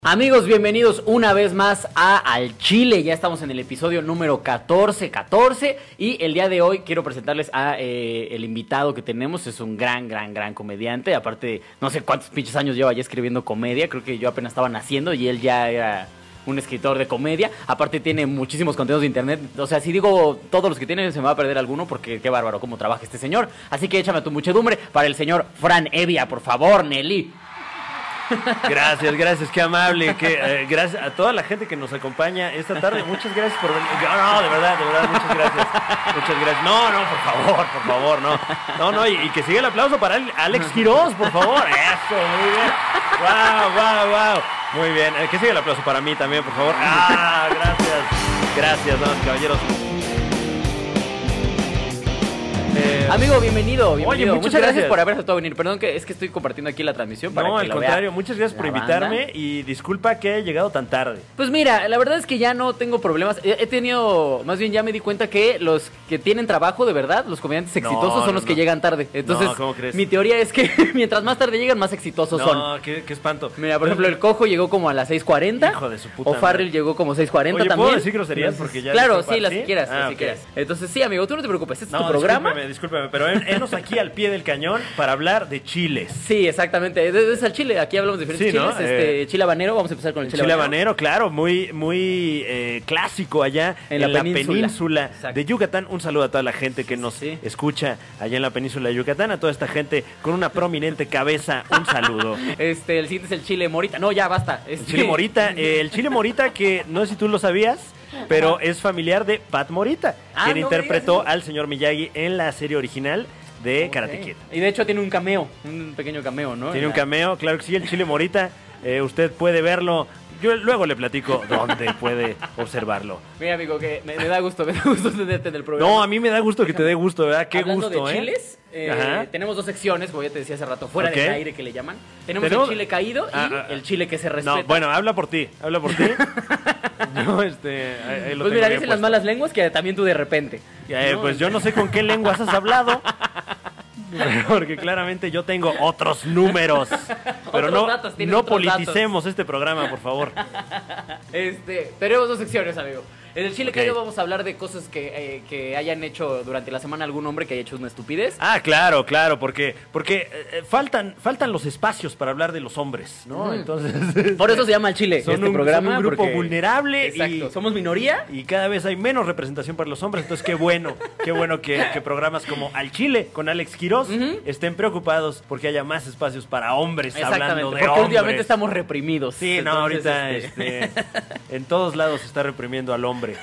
Amigos, bienvenidos una vez más a Al Chile. Ya estamos en el episodio número 14 y el día de hoy quiero presentarles a el invitado que tenemos. Es un gran comediante. Aparte, no sé cuántos pinches años lleva ya escribiendo comedia. Creo que yo apenas estaba naciendo y él ya era un escritor de comedia. Aparte tiene muchísimos contenidos de internet. O sea, si digo todos los que tiene, se me va a perder alguno porque qué bárbaro cómo trabaja este señor. Así que échame a tu muchedumbre para el señor Fran Evia, por favor, Nelly. Gracias, qué amable, gracias a toda la gente que nos acompaña esta tarde, muchas gracias por venir, de verdad, muchas gracias, por favor, no, y que siga el aplauso para Alex Quiroz, por favor, eso, muy bien, wow, muy bien, que siga el aplauso para mí también, por favor, gracias, damas y caballeros. Amigo, bienvenido. Oye, muchas gracias por haber aceptado venir. Perdón que es que estoy compartiendo aquí la transmisión para no, que al lo contrario, vea muchas gracias por invitarme y disculpa que haya llegado tan tarde. Pues mira, la verdad es que ya no tengo problemas. He tenido, más bien ya me di cuenta que los que tienen trabajo de verdad, los comediantes exitosos son los que llegan tarde. Entonces, ¿cómo crees? Mi teoría es que mientras más tarde llegan, más exitosos son. No, qué espanto. Mira, por ejemplo, el Cojo llegó como a las 6:40. Hijo de su puta O'Farrell madre. llegó como 6:40 Oye, también. ¿puedo decir groserías? Porque ya claro, disculpa, sí, las que quieras, okay. quieras. Entonces, sí, amigo, tú no te preocupes, este es tu programa. Discúlpeme, pero enos aquí al pie del cañón para hablar de chiles. Sí, exactamente. Es al chile. Aquí hablamos de diferentes chiles. ¿no? Chile habanero. Vamos a empezar con el chile habanero, claro, muy clásico allá en la península de Yucatán. Un saludo a toda la gente que nos escucha allá en la península de Yucatán, a toda esta gente con una prominente cabeza. Un saludo. El siguiente es el chile morita. No, ya basta. El chile morita, que no sé si tú lo sabías, pero es familiar de Pat Morita, quien interpretó al señor Miyagi en la serie original de Karate Kid. Y de hecho tiene un pequeño cameo, ¿no? Tiene un cameo, claro que sí, el chile morita. Usted puede verlo. Yo luego le platico dónde puede observarlo. Mira, amigo, que me da gusto tenerte en el programa. No, a mí me da gusto que te dé gusto, ¿verdad? Qué Hablando gusto, de chiles, tenemos dos secciones, como ya te decía hace rato, fuera del aire que le llaman. Tenemos el chile caído y el chile que se respeta. No, bueno, habla por ti. No, pues mira, dicen las malas lenguas que también tú de repente. Pues yo no sé con qué lenguas has hablado. Porque claramente yo tengo otros números. Pero no politicemos este programa, por favor. Tenemos dos secciones, amigo. En el chile caído vamos a hablar de cosas que hayan hecho durante la semana algún hombre que haya hecho una estupidez. Claro, porque faltan los espacios para hablar de los hombres, ¿no? Entonces, por eso se llama el chile programa. Son un grupo vulnerable. Exacto, somos minoría. Y cada vez hay menos representación para los hombres. Entonces qué bueno que programas como Al Chile con Alex Quiroz estén preocupados porque haya más espacios para hombres hablando de hombres. Porque últimamente estamos reprimidos. Sí, entonces, ahorita en todos lados se está reprimiendo al hombre.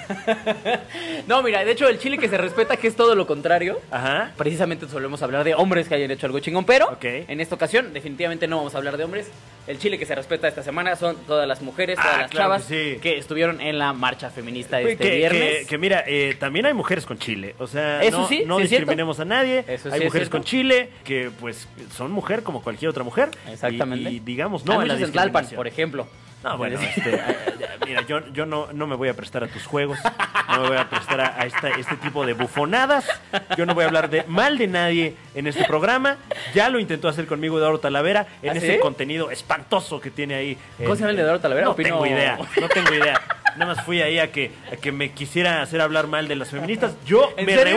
No, mira, de hecho el chile que se respeta, que es todo lo contrario. Ajá. Precisamente solemos hablar de hombres que hayan hecho algo chingón, pero en esta ocasión definitivamente no vamos a hablar de hombres. El chile que se respeta esta semana son todas las mujeres, todas las chavas que estuvieron en la marcha feminista este viernes. Que mira, también hay mujeres con chile, o sea, eso no discriminemos a nadie. Hay mujeres con chile que pues son mujer como cualquier otra mujer. Exactamente. Y digamos no a la discriminación. Tlalpan, por ejemplo. No, bueno, mira, yo no me voy a prestar a tus juegos, no me voy a prestar a este tipo de bufonadas. Yo no voy a hablar mal de nadie en este programa. Ya lo intentó hacer conmigo Eduardo Talavera en ese contenido espantoso que tiene ahí. ¿Cómo se llama el de Eduardo Talavera? No tengo idea. Nada más fui ahí a que me quisiera hacer hablar mal de las feministas. Yo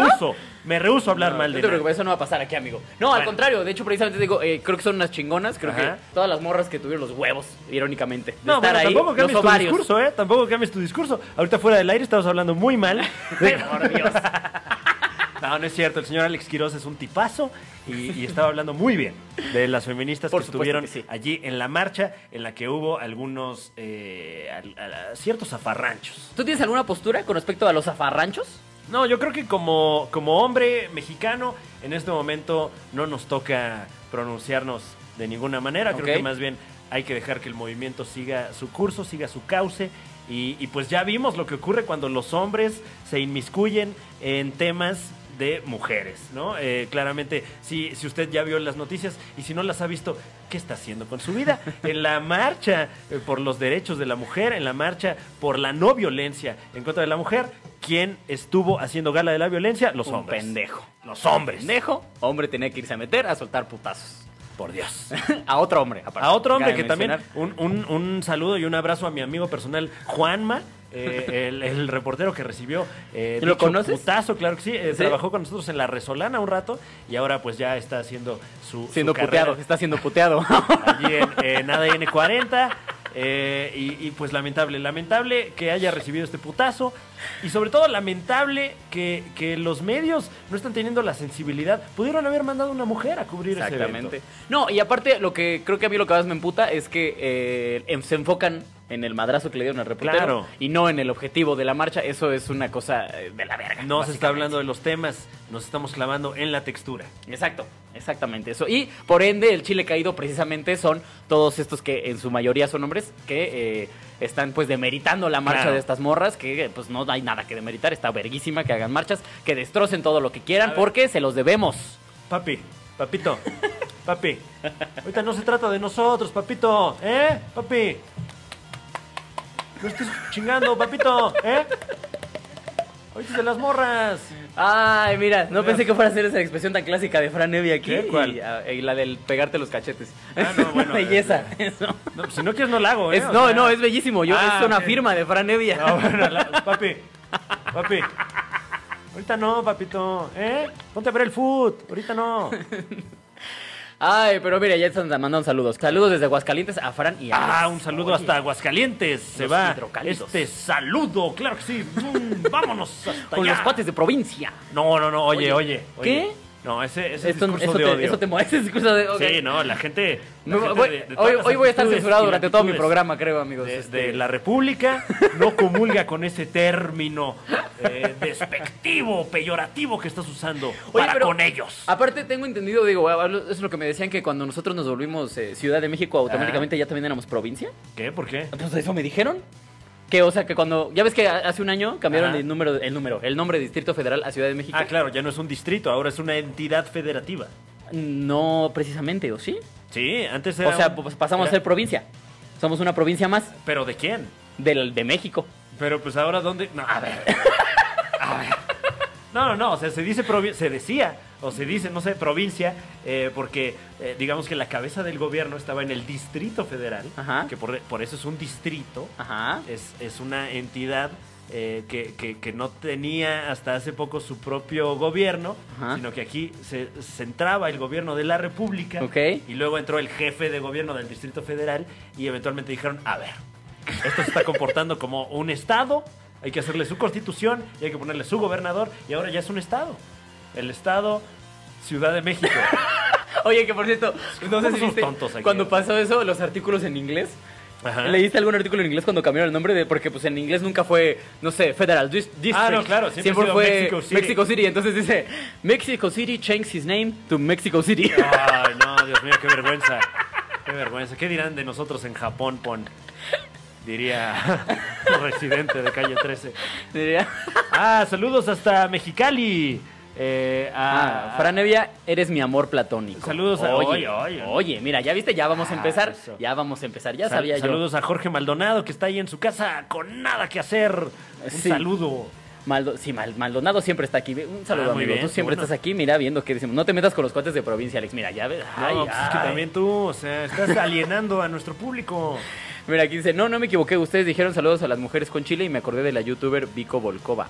me rehuso a hablar mal de nadie. Eso no va a pasar aquí, amigo. No, al contrario. De hecho, precisamente digo, creo que son unas chingonas. Creo que todas las morras que tuvieron los huevos, irónicamente. Tampoco cambies tu discurso, Tampoco cambies tu discurso. Ahorita fuera del aire estamos hablando muy mal. Por Dios. No es cierto. El señor Alex Quiroz es un tipazo y estaba hablando muy bien de las feministas que estuvieron allí en la marcha en la que hubo algunos ciertos zafarranchos. ¿Tú tienes alguna postura con respecto a los zafarranchos? No, yo creo que como hombre mexicano en este momento no nos toca pronunciarnos de ninguna manera. Creo que más bien hay que dejar que el movimiento siga su curso, siga su cauce. Y pues ya vimos lo que ocurre cuando los hombres se inmiscuyen en temas de mujeres, ¿no? Claramente, si usted ya vio las noticias y si no las ha visto, ¿qué está haciendo con su vida? En la marcha por los derechos de la mujer, en la marcha por la no violencia en contra de la mujer, ¿quién estuvo haciendo gala de la violencia? Los hombres. Pendejo. Los hombres. Pendejo. Hombre tenía que irse a meter a soltar putazos. Por Dios. A otro hombre, aparte. A otro hombre Cabe que también, mencionar. un saludo y un abrazo a mi amigo personal, Juanma, el reportero que recibió ¿Lo conoces? putazo, claro que sí. ¿Sí? Trabajó con nosotros en La Resolana un rato y ahora pues ya está haciendo Siendo su puteado, carrera está siendo puteado. allí en ADN 40. Y pues lamentable que haya recibido este putazo y sobre todo lamentable que los medios no están teniendo la sensibilidad. Pudieron haber mandado una mujer a cubrir ese evento. Exactamente. No, y aparte lo que creo que a mí lo que más me emputa es que se enfocan en el madrazo que le dieron al reportero Claro. y no en el objetivo de la marcha. Eso es una cosa de la verga. No se está básicamente. hablando de los temas, nos estamos clavando en la textura. Exacto, exactamente eso. Y por ende el chile caído precisamente son todos estos que en su mayoría son hombres que están pues demeritando la marcha Claro. de estas morras, que pues no hay nada que demeritar, está verguísima que hagan marchas, que destrocen todo lo que quieran porque se los debemos. Papito, papi, ahorita no se trata de nosotros, papito, papi. No estés chingando, papito, ahorita es de las morras. Ay, mira, no pensé que fuera a hacer esa expresión tan clásica de Fran Evia aquí. ¿Qué? ¿Cuál? Y la del pegarte los cachetes. Ah, no, bueno, Belleza. Eso. No, si no quieres no la hago, Es, O no, sea, no, es bellísimo. Es una ok. firma de Fran Evia. No, bueno, papi, ahorita no, papito, ponte a ver el foot, ahorita no. Ay, pero mira, ya están mandando saludos. Saludos desde Aguascalientes a Fran y a Alex. Un saludo Oye, hasta Aguascalientes. Se los va hidrocálidos. este saludo, claro que sí. Vámonos hasta con allá. los cuates de provincia. No, oye. ¿Qué? No, ese Esto, discurso eso, de odio. eso te molesta, ese discurso de... ok. Sí, no, la gente... Me la gente voy- de todas las hoy voy a estar actitudes censurado y durante todo mi latitudes programa, creo, amigos. de la República no comulga con ese término despectivo, peyorativo que estás usando Oye, para pero con ellos. Aparte, tengo entendido, digo, eso es lo que me decían, que cuando nosotros nos volvimos Ciudad de México, automáticamente ya también éramos provincia. ¿Qué? ¿Por qué? Pues eso me dijeron. Que, o sea, que cuando... Ya ves que hace un año cambiaron Ajá. el nombre de Distrito Federal a Ciudad de México. Ah, claro, ya no es un distrito, ahora es una entidad federativa. No precisamente, ¿o sí? Sí, antes era... O sea, pues pasamos a ser provincia. Somos una provincia más ¿Pero de quién? de México. Pero pues ahora dónde... No, a ver. No, o sea, se dice se decía, o se dice, no sé, provincia, porque digamos que la cabeza del gobierno estaba en el Distrito Federal, Ajá. que por eso es un distrito, Ajá. es una entidad que no tenía hasta hace poco su propio gobierno, Ajá. sino que aquí se centraba el gobierno de la República, Ok. y luego entró el jefe de gobierno del Distrito Federal, y eventualmente dijeron, a ver, esto se está comportando como un estado, hay que hacerle su constitución y hay que ponerle su gobernador y ahora ya es un estado. El estado Ciudad de México. Oye, que por cierto, no sé ¿Cómo si somos viste tontos aquí? cuando pasó eso, los artículos en inglés. Ajá. ¿Leíste algún artículo en inglés cuando cambiaron el nombre? Porque pues en inglés nunca fue, no sé, Federal District. Ah, no, claro, siempre ha sido fue Mexico City. Entonces dice, Mexico City changed his name to Mexico City. Ay, no, Dios mío, qué vergüenza. Qué vergüenza. ¿Qué dirán de nosotros en Japón, Pon? Diría residente de calle 13. Diría, Saludos hasta Mexicali. Fran Evia, eres mi amor platónico. Saludos a... Oye, mira, ya viste, ya vamos a empezar. Eso. Ya vamos a empezar, ya sabía yo. Saludos a Jorge Maldonado, que está ahí en su casa con nada que hacer. Un Sí. saludo. Maldonado siempre está aquí. Un saludo, Muy amigo. bien, Tú siempre bueno. estás aquí, mira, viendo qué decimos. No te metas con los cuates de provincia, Alex. Mira, ya ves. No, pues es que también tú, o sea, estás alienando a nuestro público. Mira, aquí dice, no me equivoqué. Ustedes dijeron saludos a las mujeres con chile y me acordé de la youtuber Vico Volkova.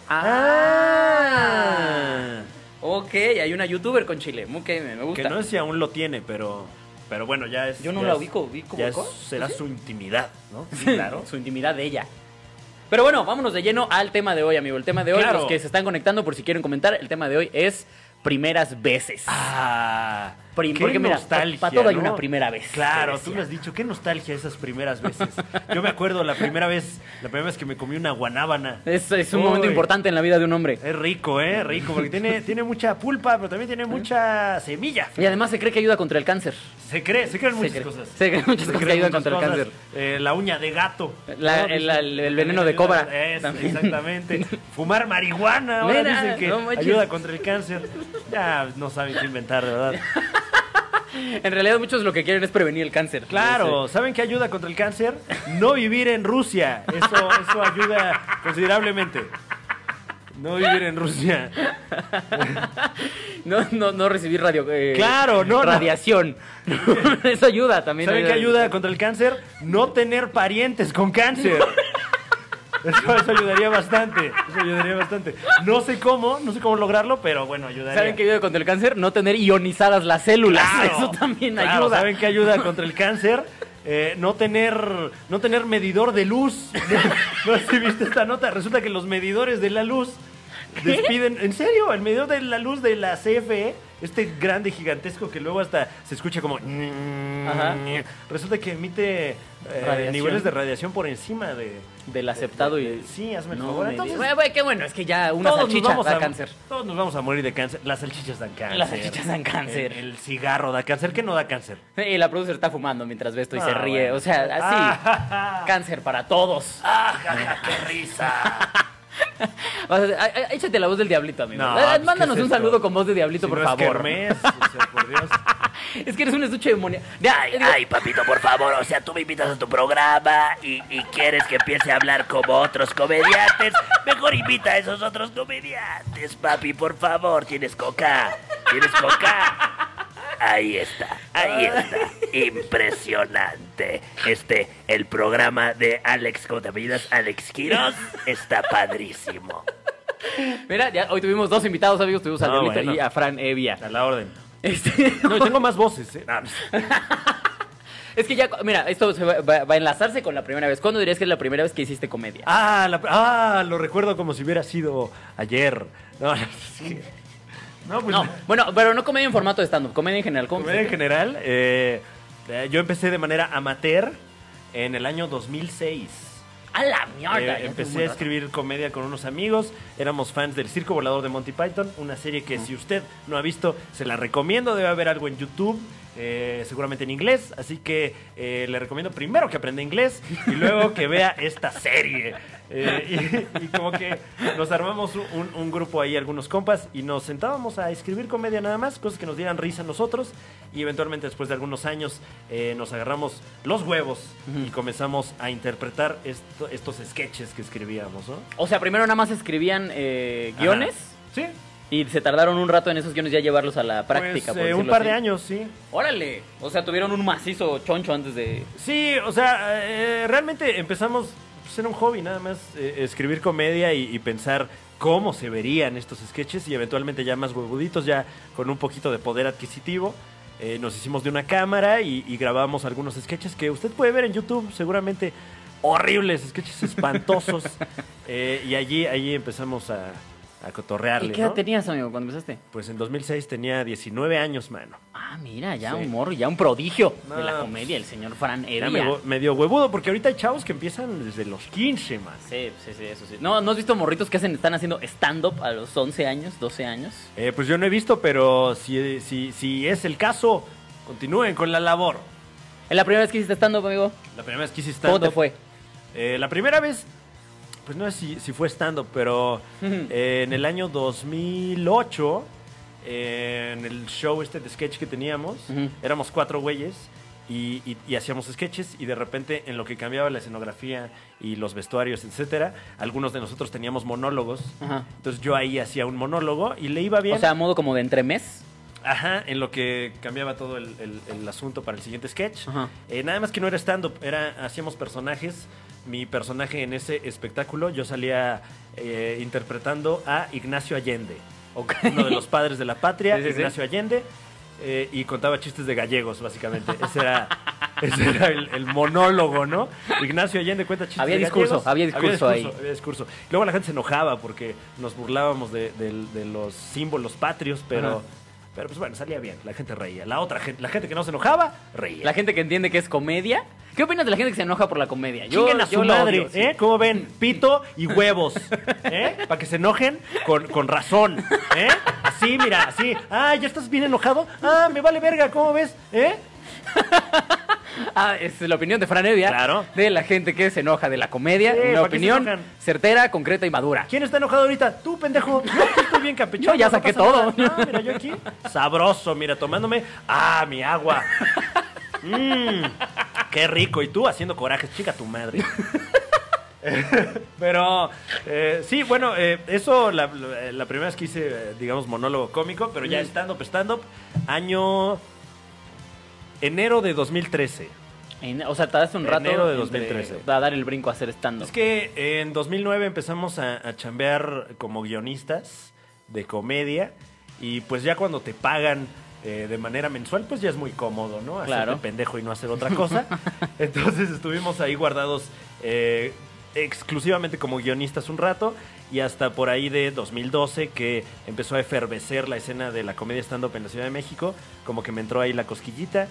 Ok, hay una youtuber con chile. Ok, me gusta. Que no sé si aún lo tiene, pero bueno, ya es... Yo no ya la es- ubico, Vico Ya Volkova. será ¿Sí? su intimidad, ¿no? Sí, claro. Su intimidad de ella. Pero bueno, vámonos de lleno al tema de hoy, amigo. El tema de hoy, Claro. los que se están conectando por si quieren comentar, el tema de hoy es primeras veces. Qué Porque mira, nostalgia, para todo hay ¿no? una primera vez. Claro, te tú decía. lo has dicho, qué nostalgia esas primeras veces. Yo me acuerdo la primera vez que me comí una guanábana. Es un Uy. momento importante en la vida de un hombre. Es rico, rico, porque tiene mucha pulpa, pero también tiene mucha semilla. Y además se cree que ayuda contra el cáncer. Se creen muchas cree. cosas. Se creen muchas Se cosas que creen ayudan muchas contra el cosas. La uña de gato. La- ¿no? el veneno de cobra. También. Exactamente. Fumar marihuana, ahora Mira, dicen que no manches. ayuda contra el cáncer. Ya no saben qué inventar, de verdad. En realidad muchos lo que quieren es prevenir el cáncer. Claro, ¿saben qué ayuda contra el cáncer? No vivir en Rusia. Eso ayuda considerablemente. No vivir en Rusia. No recibir Claro, radiación. Eso ayuda también. ¿Saben qué ayuda contra el cáncer? No tener parientes con cáncer. Eso ayudaría bastante. No sé cómo lograrlo, pero bueno, ayudaría. ¿Saben qué ayuda contra el cáncer? No tener ionizadas las células. Claro, eso también ayuda. ¿Saben qué ayuda contra el cáncer? No tener medidor de luz. No sé si viste esta nota. Resulta que los medidores de la luz despiden, en serio, el medidor de la luz de la CFE, este grande gigantesco que luego hasta se escucha como Ajá. Resulta que emite niveles de radiación por encima del aceptado. Sí, hazme el favor. Entonces, qué bueno, es que ya una salchicha da cáncer. Todos nos vamos a morir de cáncer. Las salchichas dan cáncer. Las salchichas dan cáncer. El cigarro da cáncer. ¿Qué no da cáncer? Y la producer está fumando mientras ve esto y se ríe. Bueno. O sea, así. Cáncer para todos. ¡Qué risa! Échate la voz del diablito, amigo. No, Mándanos un saludo con voz de diablito, por favor. Kermés, o sea, por Dios. Es que eres un estuche demoníaco. Ay, papito, por favor, o sea, tú me invitas a tu programa y quieres que empiece a hablar como otros comediantes. Mejor invita a esos otros comediantes, papi, por favor. ¿Tienes coca? Ahí está. Impresionante. El programa de Alex, ¿cómo te apellidas? Alex Quiroz, está padrísimo. Mira, hoy tuvimos dos invitados, amigos. Tuvimos a Diablito bueno. y a Fran Evia. A la orden. No, tengo más voces, ¿eh? Es que ya, mira, esto va a enlazarse con la primera vez. ¿Cuándo dirías que es la primera vez que hiciste comedia? Lo recuerdo como si hubiera sido ayer. Bueno, pero no comedia en formato de stand-up, comedia en general. Comedia en general, yo empecé de manera amateur en el año 2006. ¡A la mierda! Empecé a escribir comedia con unos amigos. Éramos fans del Circo Volador de Monty Python. Una serie que si usted no ha visto, se la recomiendo. Debe haber algo en YouTube, seguramente en inglés. Así que le recomiendo primero que aprenda inglés y luego que vea esta serie. Y como que nos armamos un grupo ahí, algunos compas, y nos sentábamos a escribir comedia nada más, cosas que nos dieran risa a nosotros. Y eventualmente, después de algunos años, nos agarramos los huevos y comenzamos a interpretar estos sketches que escribíamos, ¿no? O sea, primero nada más escribían guiones. Ajá. Sí. Y se tardaron un rato en esos guiones ya llevarlos a la práctica. Pues, un par de años, sí. ¡Órale! O sea, tuvieron un macizo choncho antes de... Sí, o sea, realmente empezamos... Pues era un hobby nada más, escribir comedia y pensar cómo se verían estos sketches, y eventualmente ya más huevuditos, ya con un poquito de poder adquisitivo, nos hicimos de una cámara y grabamos algunos sketches que usted puede ver en YouTube, seguramente horribles, sketches espantosos, y allí empezamos a cotorrearle. ¿Y qué edad ¿no? tenías, amigo, cuando empezaste? Pues en 2006 tenía 19 años, mano. Ah, mira, ya Sí. un morro, ya un prodigio de la No, comedia, el señor Fran Era Evia. medio huevudo, porque ahorita hay chavos que empiezan desde los 15, man. Sí, eso sí. ¿No has visto morritos que están haciendo stand-up a los 11 años, 12 años? Pues yo no he visto, pero si es el caso, continúen con la labor. ¿Es la primera vez que hiciste stand-up, amigo? La primera vez que hice ¿Cómo stand-up. te fue? La primera vez, pues no sé si fue stand-up, pero en el año 2008, en el show de sketch que teníamos, éramos 4 güeyes y hacíamos sketches, y de repente, en lo que cambiaba la escenografía y los vestuarios, etcétera, algunos de nosotros teníamos monólogos. Ajá. Entonces yo ahí hacía un monólogo y le iba bien. O sea, a modo como de entremés. Ajá, en lo que cambiaba todo el asunto para el siguiente sketch. Ajá. Nada más que no era stand-up, hacíamos personajes. Mi personaje en ese espectáculo, yo salía interpretando a Ignacio Allende, uno de los padres de la patria, Sí. Ignacio Allende, y contaba chistes de gallegos, básicamente. Ese era el monólogo, ¿no? Ignacio Allende cuenta chistes Había de discurso, gallegos. había discurso ahí. Había discurso. Luego la gente se enojaba porque nos burlábamos de los símbolos patrios, pero... Ajá. Pero pues bueno, salía bien, la gente reía. La gente que no se enojaba, reía. La gente que entiende que es comedia. ¿Qué opinas de la gente que se enoja por la comedia? Chinguen a su la madre, odio, sí. ¿eh? ¿Cómo ven? Pito y huevos, ¿eh? Para que se enojen con razón, ¿eh? Así, mira, así. Ah, ¿ya estás bien enojado? Ah, me vale verga, ¿cómo ves? ¿Eh? Es la opinión de Fran Evia. Claro. De la gente que se enoja de la comedia. Sí, Una ¿para qué se opinión enojan? certera, concreta y madura. ¿Quién está enojado ahorita? Tú, pendejo. Yo aquí estoy bien campechano. Yo ya no saqué pasa todo. nada. No, mira, yo aquí, sabroso, mira, tomándome, mi agua. Qué rico. Y tú haciendo corajes, chica tu madre. Pero, sí, bueno, eso la primera vez que hice, digamos, monólogo cómico, pero ya stand-up, año enero de 2013. O sea, tardaste un rato Enero de 2013. a dar el brinco a hacer stand-up. Es que en 2009 empezamos a chambear como guionistas de comedia y pues ya cuando te pagan de manera mensual, pues ya es muy cómodo, ¿no? Hacerte pendejo y no hacer otra cosa. Entonces estuvimos ahí guardados exclusivamente como guionistas un rato y hasta por ahí de 2012 que empezó a efervecer la escena de la comedia stand-up en la Ciudad de México, como que me entró ahí la cosquillita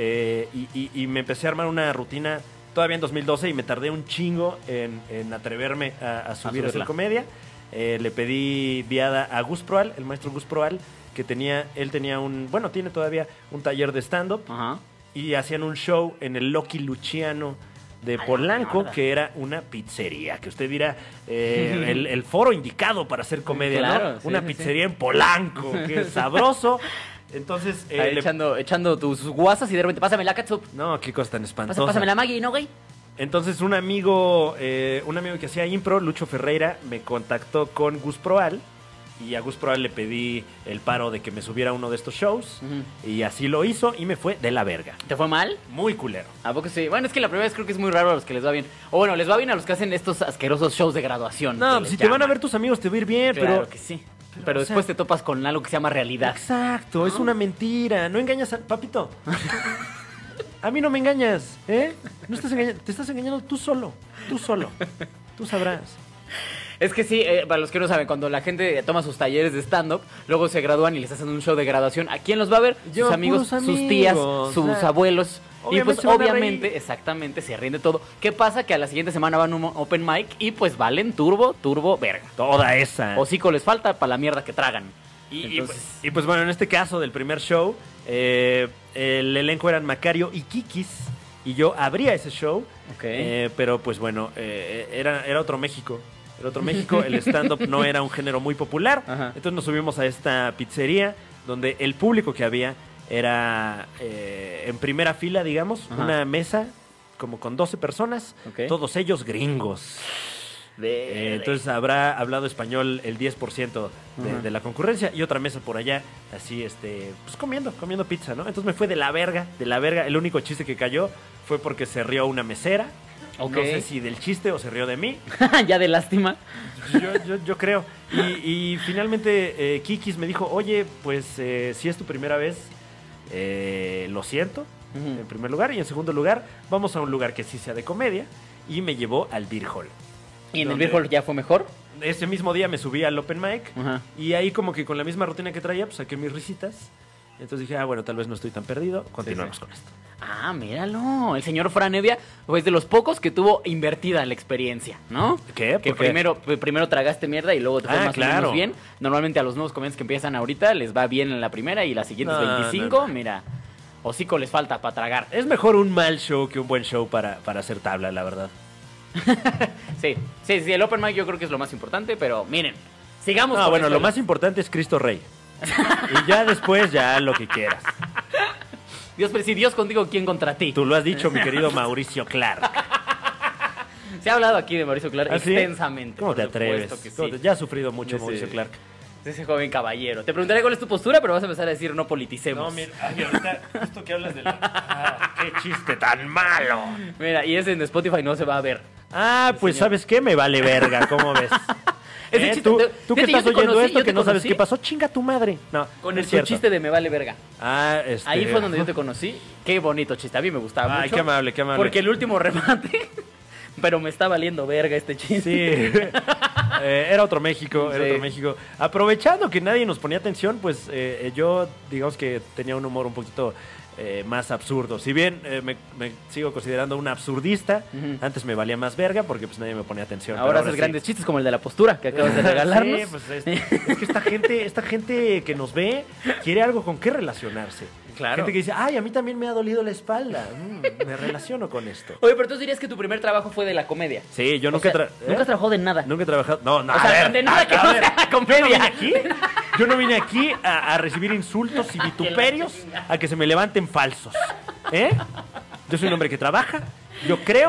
y me empecé a armar una rutina todavía en 2012 y me tardé un chingo en atreverme a subir a hacer comedia. Le pedí viada a Gus Proal, el maestro Gus Proal, que tiene todavía un taller de stand-up y hacían un show en el Loki Luciano de Polanco, que era una pizzería, que usted dirá el foro indicado para hacer comedia, claro, ¿no? Una pizzería en Polanco, que es sabroso. Entonces, echando tus guasas y de repente, pásame la catsup. No, qué cosa tan espantosa. Pásame la Maggie, ¿no, güey? Entonces, un amigo que hacía impro, Lucho Ferreira, me contactó con Gus Proal. Y a Gus Proal le pedí el paro de que me subiera a uno de estos shows. Y así lo hizo y me fue de la verga. ¿Te fue mal? Muy culero. ¿A poco sí? Bueno, es que la primera vez creo que es muy raro a los que les va bien. O bueno, les va bien a los que hacen estos asquerosos shows de graduación. No, si te van a ver tus amigos te va a ir bien, claro que sí. Pero después te topas con algo que se llama realidad. Exacto, es una mentira. No engañas a... Papito, a mí no me engañas, ¿eh? No estás engañando, te estás engañando tú solo. Tú sabrás. Es que sí, para los que no saben, cuando la gente toma sus talleres de stand-up, luego se gradúan y les hacen un show de graduación. ¿A quién los va a ver? Sus amigos, sus tías, sus abuelos. Y pues obviamente, exactamente, se rinde todo. ¿Qué pasa? Que a la siguiente semana van a un open mic y pues valen turbo, verga. Toda esa. Hocico les falta para la mierda que tragan. Y pues bueno, en este caso del primer show, el elenco eran Macario y Kikis. Y yo abría ese show. Pero pues bueno, era otro México. El stand-up no era un género muy popular. Entonces nos subimos a esta pizzería donde el público que había era en primera fila, digamos, una mesa como con 12 personas, todos ellos gringos. Entonces habrá hablado español el 10% de la concurrencia y otra mesa por allá, así, pues comiendo pizza, ¿no? Entonces me fue de la verga. El único chiste que cayó fue porque se rió una mesera. No sé si del chiste o se rió de mí. Ya de lástima. Yo creo. Y finalmente Kikis me dijo, oye, pues si es tu primera vez, lo siento, en primer lugar. Y en segundo lugar, vamos a un lugar que sí sea de comedia. Y me llevó al Beer Hall. ¿Y en el Beer Hall ya fue mejor? Ese mismo día me subí al open mic. Y ahí como que con la misma rutina que traía, pues saqué mis risitas. Entonces dije, bueno, tal vez no estoy tan perdido. Continuamos con esto. Ah, míralo. El señor Fran Evia fue de los pocos que tuvo invertida la experiencia, ¿no? ¿Qué? Que primero tragaste mierda y luego te fue más o menos bien. Normalmente a los nuevos comediantes que empiezan ahorita les va bien en la primera y las siguientes 25, mira, hocico les falta para tragar. Es mejor un mal show que un buen show para hacer tabla, la verdad. Sí, el open mic yo creo que es lo más importante, pero miren, sigamos con bueno, lo más importante es Cristo Rey. Y ya después, ya lo que quieras. Si Dios contigo, ¿quién contra ti? Tú lo has dicho, mi querido Mauricio Clark. Se ha hablado aquí de Mauricio Clark extensamente. ¿Cómo te atreves? Que sí. Ya ha sufrido mucho Mauricio Clark. Ese joven caballero. Te preguntaré cuál es tu postura, pero vas a empezar a decir no politicemos. No, mira, ahorita, justo que hablas de ¡qué chiste tan malo! Mira, y ese en Spotify no se va a ver. Pues señor. ¿sabes qué? Me vale verga, ¿cómo ves? Tú que estás oyendo esto, que no sabes qué pasó, chinga tu madre. No, con el chiste de me vale verga. Ahí fue donde yo te conocí. Qué bonito chiste, a mí me gustaba mucho. Qué amable. Porque el último remate, pero me está valiendo verga este chiste. Sí, era otro México, Aprovechando que nadie nos ponía atención, pues yo, digamos que tenía un humor un poquito más absurdo. Si bien me sigo considerando un absurdista, antes me valía más verga porque pues nadie me ponía atención. Ahora haces grandes chistes como el de la postura que acabas de regalarnos. Sí, pues es que esta gente que nos ve quiere algo con qué relacionarse. Claro. Gente que dice, a mí también me ha dolido la espalda. Me relaciono con esto. Oye, pero tú dirías que tu primer trabajo fue de la comedia. Sí, yo nunca nunca trabajó de nada. Nunca he trabajado. No, o sea, de nada que no sea la comedia. Yo no vine aquí a recibir insultos y vituperios, a que se me levanten falsos. Yo soy un hombre que trabaja, yo creo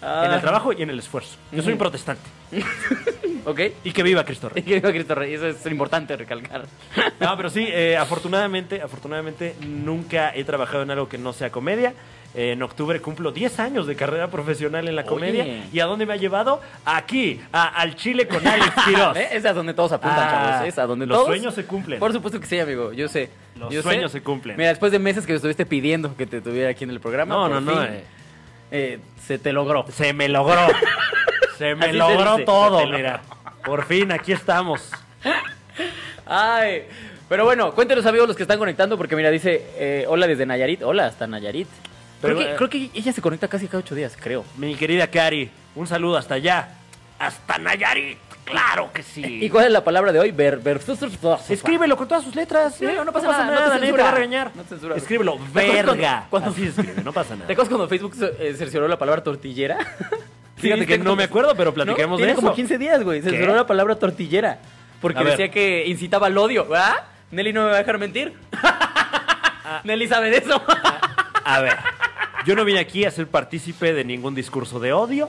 en el trabajo y en el esfuerzo. Yo soy un protestante. ¿Ok? Y que viva Cristo Rey. Que viva Cristo Rey, eso es importante recalcar. No, pero sí, afortunadamente nunca he trabajado en algo que no sea comedia. En octubre cumplo 10 años de carrera profesional en la comedia. Oye. ¿Y a dónde me ha llevado? Aquí, al Chile con Alex Quiroz. Es a donde todos apuntan, chavos. Es a donde los todos... sueños se cumplen. Por supuesto que sí, amigo. Yo sé. Los Yo sueños sé. se cumplen. Mira, después de meses que me estuviste pidiendo que te tuviera aquí en el programa. No, por no, fin, se te logró. Se me logró. Se me Así se logró dice, todo, se te mira. Por fin, aquí estamos. Ay. Pero bueno, cuéntenos, amigos, los que están conectando, porque mira, dice, hola desde Nayarit. Hola, hasta Nayarit. Pero, Creo que ella se conecta casi cada 8 días, creo. Mi querida Cari, un saludo hasta allá. Hasta Nayarit. Claro que sí. ¿Y cuál es la palabra de hoy? Escríbelo con todas sus letras. Sí, no pasa nada, nada, no te nadie censura. va a regañar. No te censura. Escríbelo, ¿Te acuerdas verga. cuando- Así se escribe, no pasa nada. ¿Te acuerdas cuando Facebook cercioró la palabra tortillera? Fíjate que no me acuerdo, pero platiquemos Tiene de eso. como 15 días, güey. Censuró la palabra tortillera. Porque A ver. decía que incitaba al odio, ¿verdad? Nelly no me va a dejar mentir. Nelly sabe de eso. A ver, yo no vine aquí a ser partícipe de ningún discurso de odio.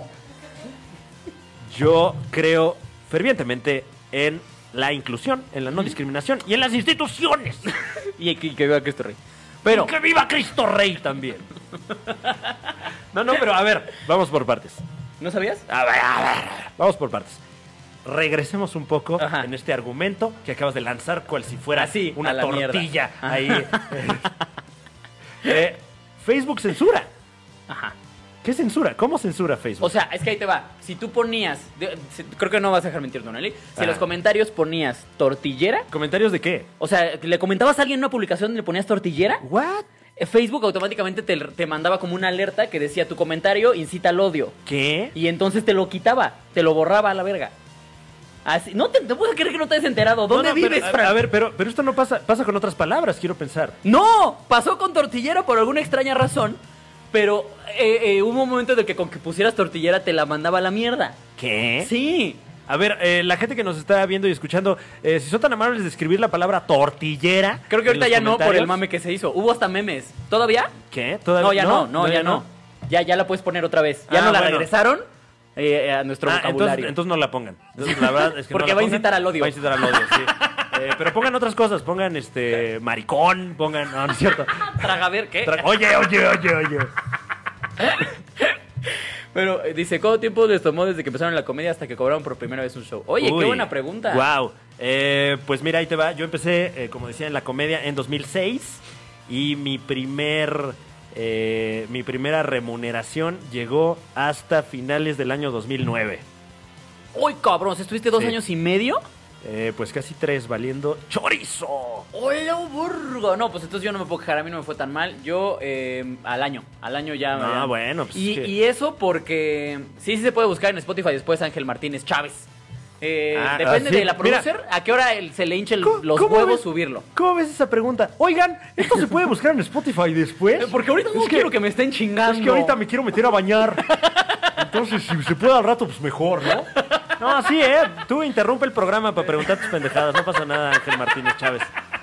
Yo creo fervientemente en la inclusión, en la no discriminación y en las instituciones. y que viva Cristo Rey. Pero, ¡Que viva Cristo Rey también! No, pero a ver, vamos por partes. ¿no sabías? A ver, vamos por partes. Regresemos un poco Ajá. en este argumento que acabas de lanzar, cual si fuera Así, una a la tortilla. mierda. Ahí. Facebook censura. Ajá. ¿Qué censura? ¿Cómo censura Facebook? O sea, es que ahí te va. Si tú ponías, creo que no vas a dejar mentir, Don Nelly. Si en los comentarios ponías tortillera, ¿Comentarios de qué? o sea, le comentabas a alguien en una publicación y le ponías tortillera, ¿What? Facebook automáticamente te mandaba como una alerta que decía tu comentario incita al odio. ¿Qué? Y entonces te lo quitaba, te lo borraba a la verga. Así, no te puedo creer que no te hayas enterado. ¿Dónde No, vives, pero, Fran? a ver, pero esto no pasa con otras palabras, quiero pensar. No, pasó con tortillera por alguna extraña razón, pero hubo un momento en el que con que pusieras tortillera te la mandaba a la mierda. ¿Qué? Sí. A ver, la gente que nos está viendo y escuchando, si son tan amables de escribir la palabra tortillera. Creo que en ahorita los ya no por el comentarios. mame que se hizo. Hubo hasta memes. ¿Todavía? ¿Qué? No, ya no, ya no. Ya la puedes poner otra vez. Ya no la bueno. regresaron a nuestro vocabulario. Entonces no la pongan. Entonces, la verdad es que Porque no la va a pongan. incitar al odio. Va a incitar al odio, sí. Pero pongan otras cosas, pongan maricón, pongan. No, no es cierto. Traga ver qué. Oye. Pero dice, ¿cuánto tiempo les tomó desde que empezaron la comedia hasta que cobraron por primera vez un show? Oye, qué buena pregunta. Wow. Pues mira, ahí te va. Yo empecé, como decía, en la comedia en 2006 y mi primera remuneración llegó hasta finales del año 2009. Uy, cabrón, ¿estuviste 2 Sí. años y medio? Pues casi 3 valiendo chorizo. ¡Hola, burgo! No, pues entonces yo no me puedo quejar, a mí no me fue tan mal. Yo al año ya... Ah, ya. bueno, pues y, es que- y eso porque sí se puede buscar en Spotify después Ángel Martínez Chávez. Depende sí, de la mira. producer, a qué hora se le hinche los ¿Cómo huevos ves? subirlo. ¿Cómo ves esa pregunta? Oigan, ¿esto se puede buscar en Spotify después? Porque ahorita no Es que- quiero que me estén chingando. Es que ahorita me quiero meter a bañar. Entonces, si se puede al rato, pues mejor, ¿no? No, sí, tú interrumpe el programa para preguntar tus pendejadas. No pasa nada, Ángel Martínez Chávez.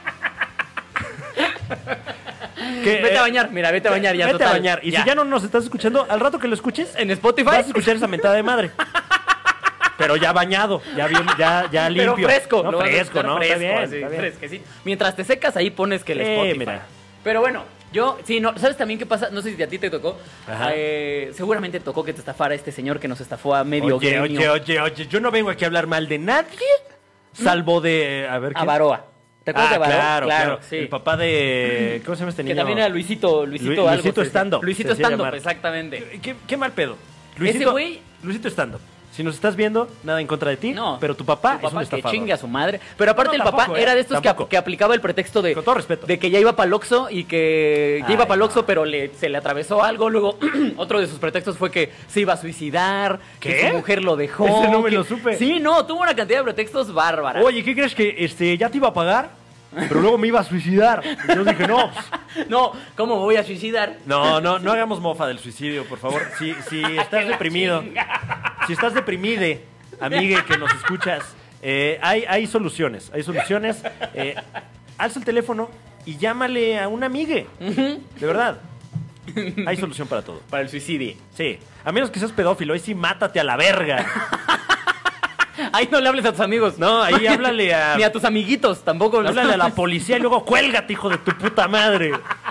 Vete a bañar, mira, vete a bañar ya. Vete total. a bañar. Y si ya no nos estás escuchando, al rato que lo escuches, en Spotify. vas a escuchar esa mentada de madre. Pero ya bañado, ya bien, ya limpio. Pero fresco. No, lo vas a fresco, escuchar ¿no? fresco, Está bien, así, está bien. fresquecito. Mientras te secas, ahí pones que el Spotify. mira. Pero bueno, yo, sí, no, ¿sabes también qué pasa? No sé si a ti te tocó. Ajá. Seguramente tocó que te estafara este señor que nos estafó a medio gremio. Oye, yo no vengo aquí a hablar mal de nadie, salvo de, a ver, A Baroa. ¿Te acuerdas de Baroa? Claro. sí. El papá de, ¿cómo se llama este Que niño? también era Luisito algo. Luisito se- Stand-up, Luisito se hacía Stand-up, llamar. exactamente. ¿Qué mal pedo? Ese güey- Luisito Stand-up. Si nos estás viendo, nada en contra de ti, No. pero tu papá, es un que estafador. chingue a su madre. Pero aparte No, el papá tampoco, era de estos tampoco. que aplicaba el pretexto de... Con todo respeto. De que ya iba para Oxxo y que ya Ay, iba para no. Oxxo, pero se le atravesó algo. Luego, otro de sus pretextos fue que se iba a suicidar, que ¿Qué? su mujer lo dejó. Ese no me que- lo supe. Sí, no, tuvo una cantidad de pretextos bárbaras. Oye, ¿qué crees que ya te iba a pagar? Pero luego me iba a suicidar. Y yo dije, no, pues, No, ¿cómo me voy a suicidar? no hagamos mofa del suicidio, por favor. Si estás deprimido, si estás deprimido, amigue que nos escuchas, hay soluciones, alza el teléfono y llámale a un amigue, de verdad. Hay solución para todo. Para el suicidio. Sí. A menos que seas pedófilo, ahí sí mátate a la verga. Ahí no le hables a tus amigos. No, ahí háblale a... Ni a tus amiguitos, tampoco. Háblale a la policía y luego cuélgate, hijo de tu puta madre.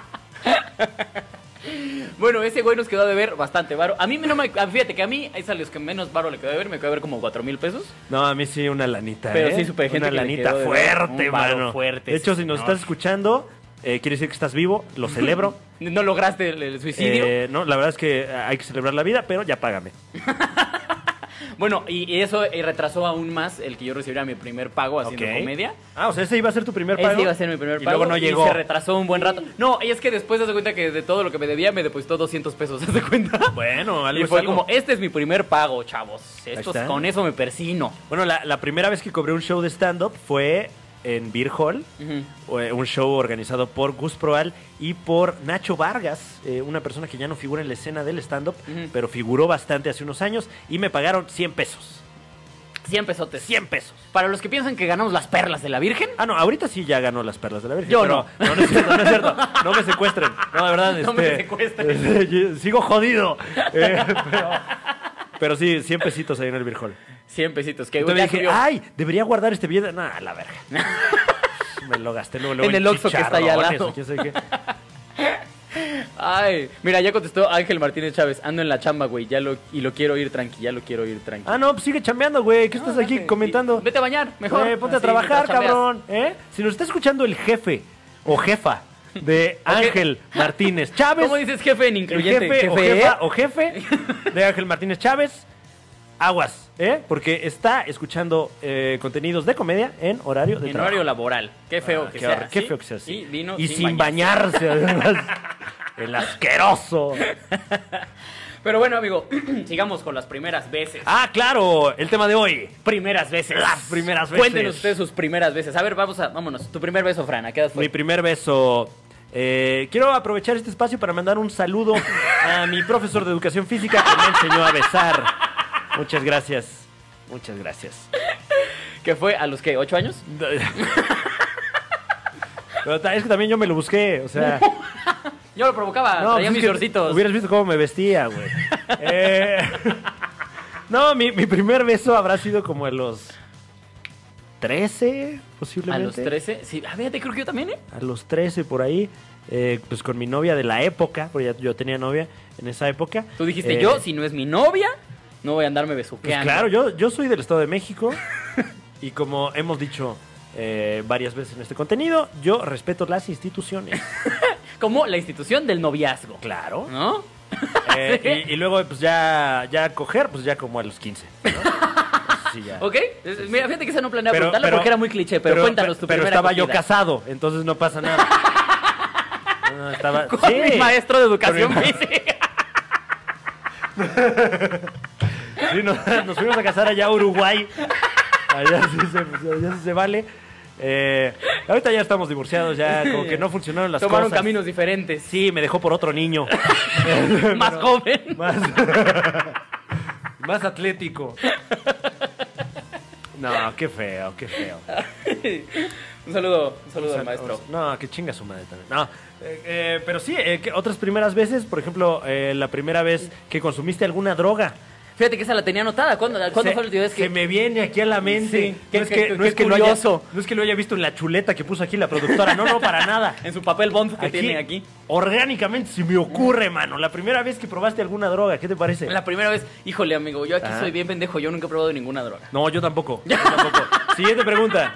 Bueno, ese güey nos quedó de ver bastante varo. A mí no me... Fíjate que a mí es a los que menos varo le quedó de ver. Me quedó de ver como 4,000 pesos. No, a mí sí una lanita, Pero sí supe gente una que le lanita quedó de fuerte, un varo mano. fuerte, de hecho, si sí, nos no. estás escuchando, quiere decir que estás vivo, lo celebro. ¿No lograste el suicidio? No, la verdad es que hay que celebrar la vida, pero ya págame. Bueno, y eso retrasó aún más el que yo recibiera mi primer pago haciendo Ok. comedia. Ah, o sea, ese iba a ser tu primer pago. Ese iba a ser mi primer y pago. luego no llegó. Y se retrasó un buen rato. No, y es que después se hace cuenta que de todo lo que me debía me depositó 200 pesos, ¿se hace cuenta? Bueno, algo Y fue es algo. como, este es mi primer pago, chavos. está. Con eso me persino. Bueno, la primera vez que cobré un show de stand-up fue en Beer Hall, un show organizado por Gus Proal y por Nacho Vargas, una persona que ya no figura en la escena del stand-up, pero figuró bastante hace unos años, y me pagaron 100 pesos. 100 pesotes. 100 pesos. Para los que piensan que ganamos las perlas de la Virgen. Ah, no, ahorita sí ya ganó las perlas de la Virgen. Yo pero no es cierto, no es cierto. No me secuestren. No, de verdad. No me secuestren. Sigo jodido. Pero sí, 100 pesitos ahí en el Beer Hall. 100 pesitos. Que Entonces ya dije, subió. ay, debería guardar este billete. Nah, la verga. Me lo gasté luego En el Oxxo que está allá al chicharrones lado. o quién sabe qué. Ay, mira, ya contestó Ángel Martínez Chávez. Ando en la chamba, güey. Y lo quiero ir tranqui. Ya lo quiero ir tranqui. Ah, no, pues sigue chambeando, güey. ¿Qué estás aquí comentando? Vete a bañar, mejor. Ponte a Así, trabajar, mientras chambeas. cabrón. Si nos está escuchando el jefe o jefa de Ángel Martínez Chávez. ¿Cómo dices jefe en El incluyente? jefe o jefa o jefe de Ángel Martínez Chávez, aguas, porque está escuchando contenidos de comedia en horario de En trabajo. horario laboral. Qué feo que sea. Qué ¿sí? feo que sea así. Sí, vino y sin bañarse, además. El asqueroso. Pero bueno, amigo, sigamos con las primeras veces. Ah, claro, el tema de hoy. Primeras veces. Las primeras veces. Cuéntenos ustedes sus primeras veces. A ver, vámonos. Tu primer beso, Fran. ¿A qué edad fue? Mi primer beso. Quiero aprovechar este espacio para mandar un saludo a mi profesor de educación física que me enseñó a besar. Muchas gracias. Muchas gracias. ¿Qué fue? ¿A los qué? ¿8 años? Pero es que también yo me lo busqué, o sea. Yo lo provocaba, No, traía pues mis es que shortcitos. hubieras visto cómo me vestía, güey. No, mi primer beso habrá sido como a los 13, posiblemente. ¿A los 13? Sí, fíjate, creo que yo también, ¿eh? A los 13 por ahí, pues con mi novia de la época, porque yo tenía novia en esa época. Tú dijiste, yo, si no es mi novia, no voy a andarme Pues besuqueando. claro, yo soy del Estado de México y como hemos dicho varias veces en este contenido, yo respeto las instituciones. Como la institución del noviazgo. Claro. ¿No? Y luego, pues ya coger, pues ya como a los 15. ¿no? Sí, ya. ¿Ok? Mira, fíjate que esa no planeaba preguntarla porque era muy cliché, pero cuéntanos tu Pero primera estaba yo acogida. casado, entonces no pasa nada. No, estaba... Con sí, mi maestro de educación con mi- física. Sí, nos fuimos a casar allá a Uruguay. Allá sí se vale. Ahorita ya estamos divorciados, ya como que no funcionaron las Tomaron cosas. caminos diferentes. Sí, me dejó por otro niño. Más joven. Más atlético. No, qué feo, qué feo. Un saludo al maestro. No, que chinga su madre también. No, pero sí, otras primeras veces, por ejemplo, la primera vez que consumiste alguna droga. Fíjate que esa la tenía anotada. ¿Cuándo fue la última vez que...? Se me viene aquí a la mente. Sí, qué no es que curioso. no es que lo haya visto en la chuleta que puso aquí la productora. No, para nada. En su papel bond que tienen aquí. Orgánicamente se me ocurre, mano. La primera vez que probaste alguna droga, ¿qué te parece? La primera vez, híjole, amigo, yo aquí Ajá. soy bien pendejo. Yo nunca he probado ninguna droga. No, yo tampoco. Siguiente pregunta.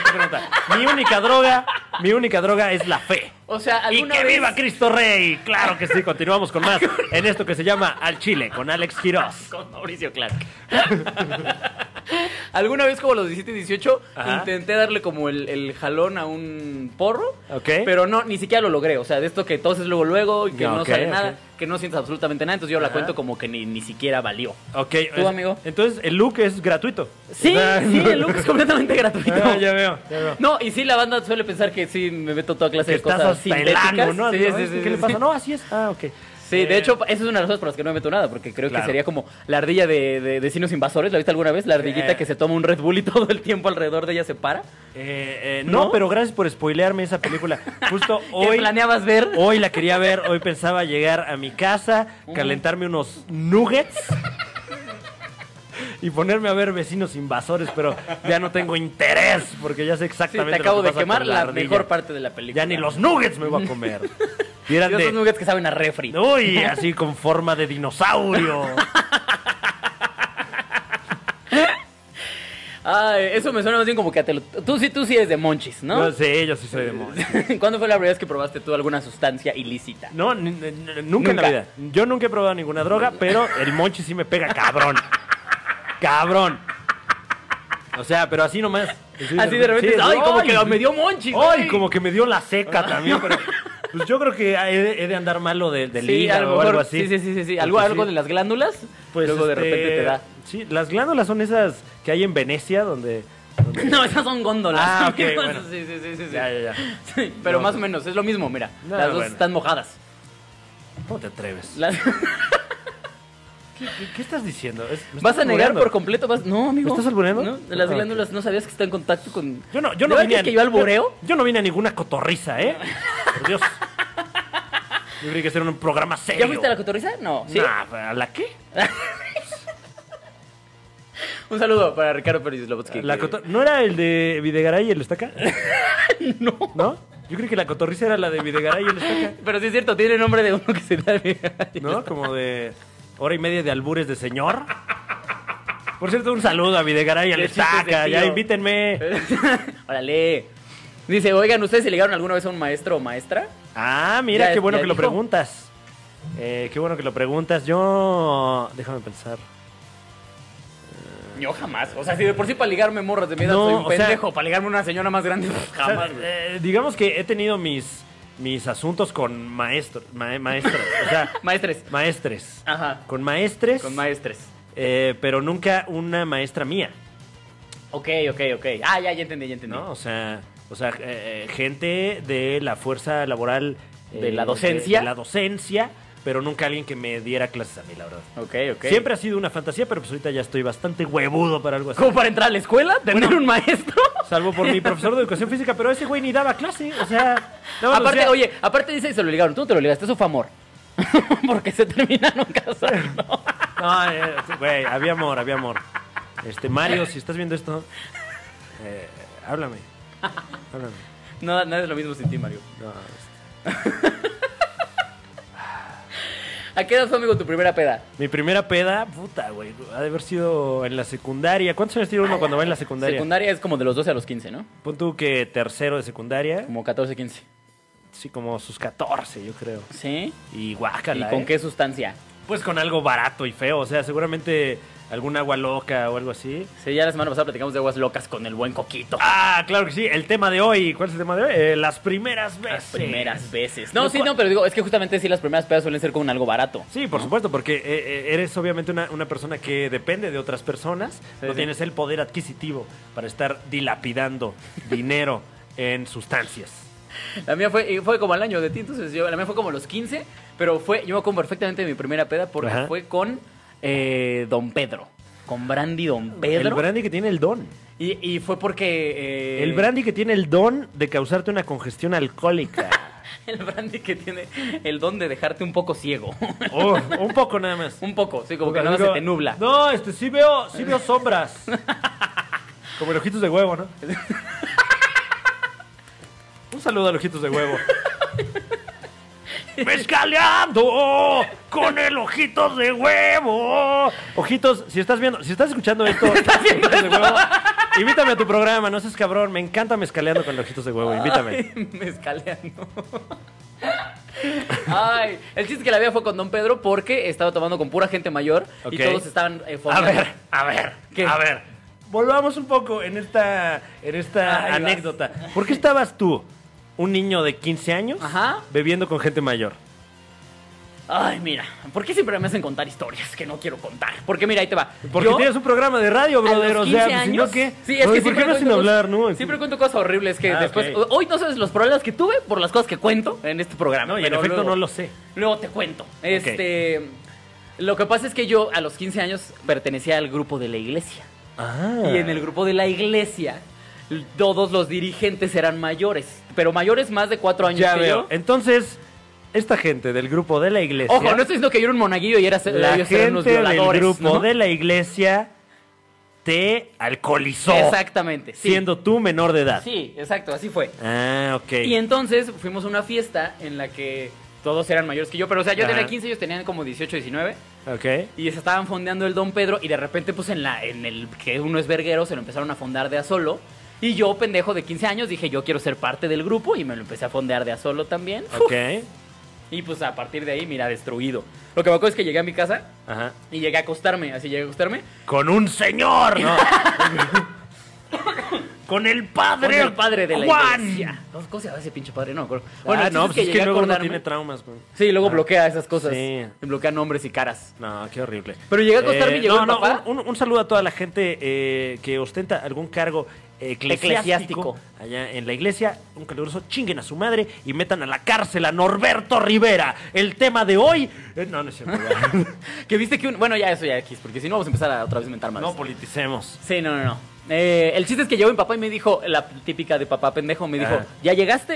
Mi única droga es la fe. O sea, ¡Y ¿alguna que vez... viva Cristo Rey! Claro que sí, continuamos con más en esto que se llama Al Chile, con Alex Quiroz. Con Mauricio Clark. ¿Alguna vez como los 17 y 18 Ajá. intenté darle como el jalón a un porro? Ok. Pero no, ni siquiera lo logré. O sea, de esto que toses luego y que Ya, no ok, sale ok. nada, que no sientes absolutamente nada. Entonces yo la Ajá. cuento como que ni siquiera valió. Ok. ¿Tú, amigo? Entonces, el look es gratuito. Sí, O sea, sí, el look es completamente gratuito. Ah, ya veo. No, y sí, la banda suele pensar que sí me meto toda clase Que de estás cosas hasta el sintéticas. ano, ¿no? Sí, Así, sí, ¿Qué sí, le sí. pasa? No, así es. Ah, ok. Sí, de hecho, esa es una de las razones por las que no me meto nada, porque creo que sería como la ardilla de Vecinos Invasores. ¿La viste alguna vez? La ardillita que se toma un Red Bull y todo el tiempo alrededor de ella se para. No, pero gracias por spoilearme esa película. Justo hoy... ¿Qué planeabas ver? Hoy la quería ver, hoy pensaba llegar a mi casa, calentarme unos nuggets y ponerme a ver Vecinos Invasores, pero ya no tengo interés porque ya sé exactamente te acabo lo que de pasa quemar con la ardilla. mejor parte de la película. Ya ni los nuggets me voy a comer. Y eran esos nuggets que saben a refri. Uy, así con forma de dinosaurio. Ay, eso me suena más bien como que tú sí eres de monchis, ¿no? Yo sí soy de monchis. ¿Cuándo fue la primera vez que probaste tú alguna sustancia ilícita? No, nunca en la vida. Yo nunca he probado ninguna droga, pero el monchis sí me pega cabrón. Cabrón. O sea, pero así nomás. Así de repente, ay, como que me dio monchis. Ay, como que me dio la seca también, pero... Pues yo creo que he de andar malo del hígado o algo así. Sí. Algo de las glándulas, pues luego de repente te da. Sí, las glándulas son esas que hay en Venecia donde... No, esas son góndolas. Ah, ok, bueno. Sí. Ya. Sí, pero más o menos, es lo mismo, mira. No, las dos están mojadas. ¿Cómo te atreves? ¿Qué estás diciendo? ¿Vas a negar por completo? No, amigo. ¿Me estás albureando? ¿No? Las glándulas, ¿no sabías que está en contacto con...? Yo no vine que yo albureo? Yo no vine a ninguna cotorriza, ¿eh? Por Dios. Yo creí que era un programa serio. ¿Ya fuiste a la cotorriza? No. ¿Sí? Nah, ¿a la qué? Un saludo para Ricardo Pérez Slobotsky. ¿No era el de Videgaray y el Estaca? No. ¿No? Yo creí que la cotorriza era la de Videgaray y el Estaca. Pero sí es cierto, tiene nombre de uno que se da... ¿No? Como de hora y media de albures de señor. Por cierto, un saludo a Videgaray y al Estaca. Ya invítenme. Órale. Dice, oigan, ¿ustedes se ligaron alguna vez a un maestro o maestra? Ah, mira, qué bueno que lo dijo. preguntas. Qué bueno que lo preguntas. Yo... Déjame pensar. Yo jamás. O sea, si de por sí para ligarme morras de mi edad No, soy un o sea, pendejo, para ligarme una señora más grande, pues, jamás. O sea, digamos que he tenido mis asuntos con maestros. Maestros. O sea, Maestres. maestres. Ajá. Con maestres. Con maestres. Pero nunca una maestra mía. Ok. Ah, ya entendí. ¿No? O sea, gente de la fuerza laboral. De la docencia. De la docencia, pero nunca alguien que me diera clases a mí, la verdad. Ok. Siempre ha sido una fantasía, pero pues ahorita ya estoy bastante huevudo para algo así. ¿Cómo para entrar a la escuela? ¿Tener un maestro? Salvo por mi profesor de educación física, pero ese güey ni daba clase, o sea... Aparte dice que se lo ligaron, tú no te lo ligaste, eso fue amor. Porque se terminaron casando. No, güey, había amor. Mario, si estás viendo esto, háblame. No, nada es lo mismo sin ti, Mario. No, ¿A qué edad fue, amigo, tu primera peda? Mi primera peda, puta, güey, ha de haber sido en la secundaria. ¿Cuántos años tiene uno cuando va en la secundaria? Secundaria es como de los 12 a los 15, ¿no? Pon tú que tercero de secundaria. Como 14, 15. Sí, como sus 14, yo creo. ¿Sí? Y guácala, ¿Y con qué sustancia? Pues con algo barato y feo, o sea, seguramente algún agua loca o algo así. Sí, ya la semana pasada platicamos de aguas locas con el buen Coquito. Ah, claro que sí, el tema de hoy. ¿Cuál es el tema de hoy? Las primeras veces. Las primeras veces. No, pero digo, es que justamente sí las primeras pedas suelen ser con algo barato. Sí, por supuesto, porque eres obviamente una persona que depende de otras personas. No tienes el poder adquisitivo para estar dilapidando dinero en sustancias. La mía fue como al año de ti, entonces la mía fue como a los 15, pero yo me acuerdo perfectamente de mi primera peda porque fue con Don Pedro, con Brandy Don Pedro. El brandy que tiene el don. Y fue porque... El brandy que tiene el don de causarte una congestión alcohólica. El brandy que tiene el don de dejarte un poco ciego. Oh, un poco nada más. Un poco, sí, como que nada más se te nubla. No, sí veo sombras. Como el ojitos de huevo, ¿no? Un saludo a los ojitos de huevo. Mezcaleando con el ojitos de huevo. Ojitos, si estás escuchando esto, ojitos de huevo, invítame a tu programa, no seas cabrón. Me encanta mezcaleando con los ojitos de huevo, invítame. Ay, mezcaleando. Ay, el chiste que la vida fue con Don Pedro porque estaba tomando con pura gente mayor y todos estaban fomeando. A ver. ¿Qué? A ver. Volvamos un poco en esta anécdota. ¿Por qué estabas tú, un niño de 15 años, bebiendo con gente mayor? Ay, mira, ¿por qué siempre me hacen contar historias que no quiero contar? Porque mira, ahí te va. Porque tienes un programa de radio, brother, o sea, pues, si no, ¿qué? Sí, es que ¿por qué no hacen hablar, no? Siempre cuento cosas horribles que después... Okay. Hoy no sabes los problemas que tuve por las cosas que cuento en este programa. No, y en efecto luego, no lo sé. Luego te cuento. Lo que pasa es que yo a los 15 años pertenecía al grupo de la iglesia. Y en el grupo de la iglesia todos los dirigentes eran mayores, pero mayores más de 4 años ya que veo. yo. Entonces, esta gente del grupo de la iglesia... Ojo, no estoy diciendo que yo era un monaguillo y la ellos eran unos gente violadores, del grupo ¿no? de la iglesia te alcoholizó. Exactamente, sí. Siendo tú menor de edad. Sí, exacto, así fue. Ah, ok. Y entonces fuimos a una fiesta en la que todos eran mayores que yo, pero o sea, yo tenía 15, ellos tenían como 18, 19. Ok. Y se estaban fondeando el Don Pedro y de repente pues en el que uno es verguero se lo empezaron a fondear de a solo. Y yo, pendejo de 15 años, dije yo quiero ser parte del grupo y me lo empecé a fondear de a solo también. Ok. Y pues a partir de ahí, mira, destruido. Lo que me acuerdo es que llegué a mi casa Ajá. y llegué a acostarme, así llegué a acostarme. Con un señor, ¿no? Con el padre. Con el padre de la Juan. iglesia. ¿Cómo se llama ese pinche padre? No me acuerdo. Bueno, el no, chiste pues es que llegué a luego uno acordarme. tiene traumas, güey. Sí, luego bloquea esas cosas. Sí. Bloquea nombres y caras. No, qué horrible. Pero llegué a acostarme y llegó no, mi papá. Un saludo a toda la gente que ostenta algún cargo eclesiástico allá en la iglesia. Un caluroso chinguen a su madre y metan a la cárcel a Norberto Rivera. El tema de hoy... no es cierto. Que viste que bueno, ya eso ya X, porque si no vamos a empezar a otra vez a inventar más. No politicemos. Sí, no. El chiste es que llegó mi papá y me dijo, la típica de papá pendejo, me dijo, ¿ya llegaste?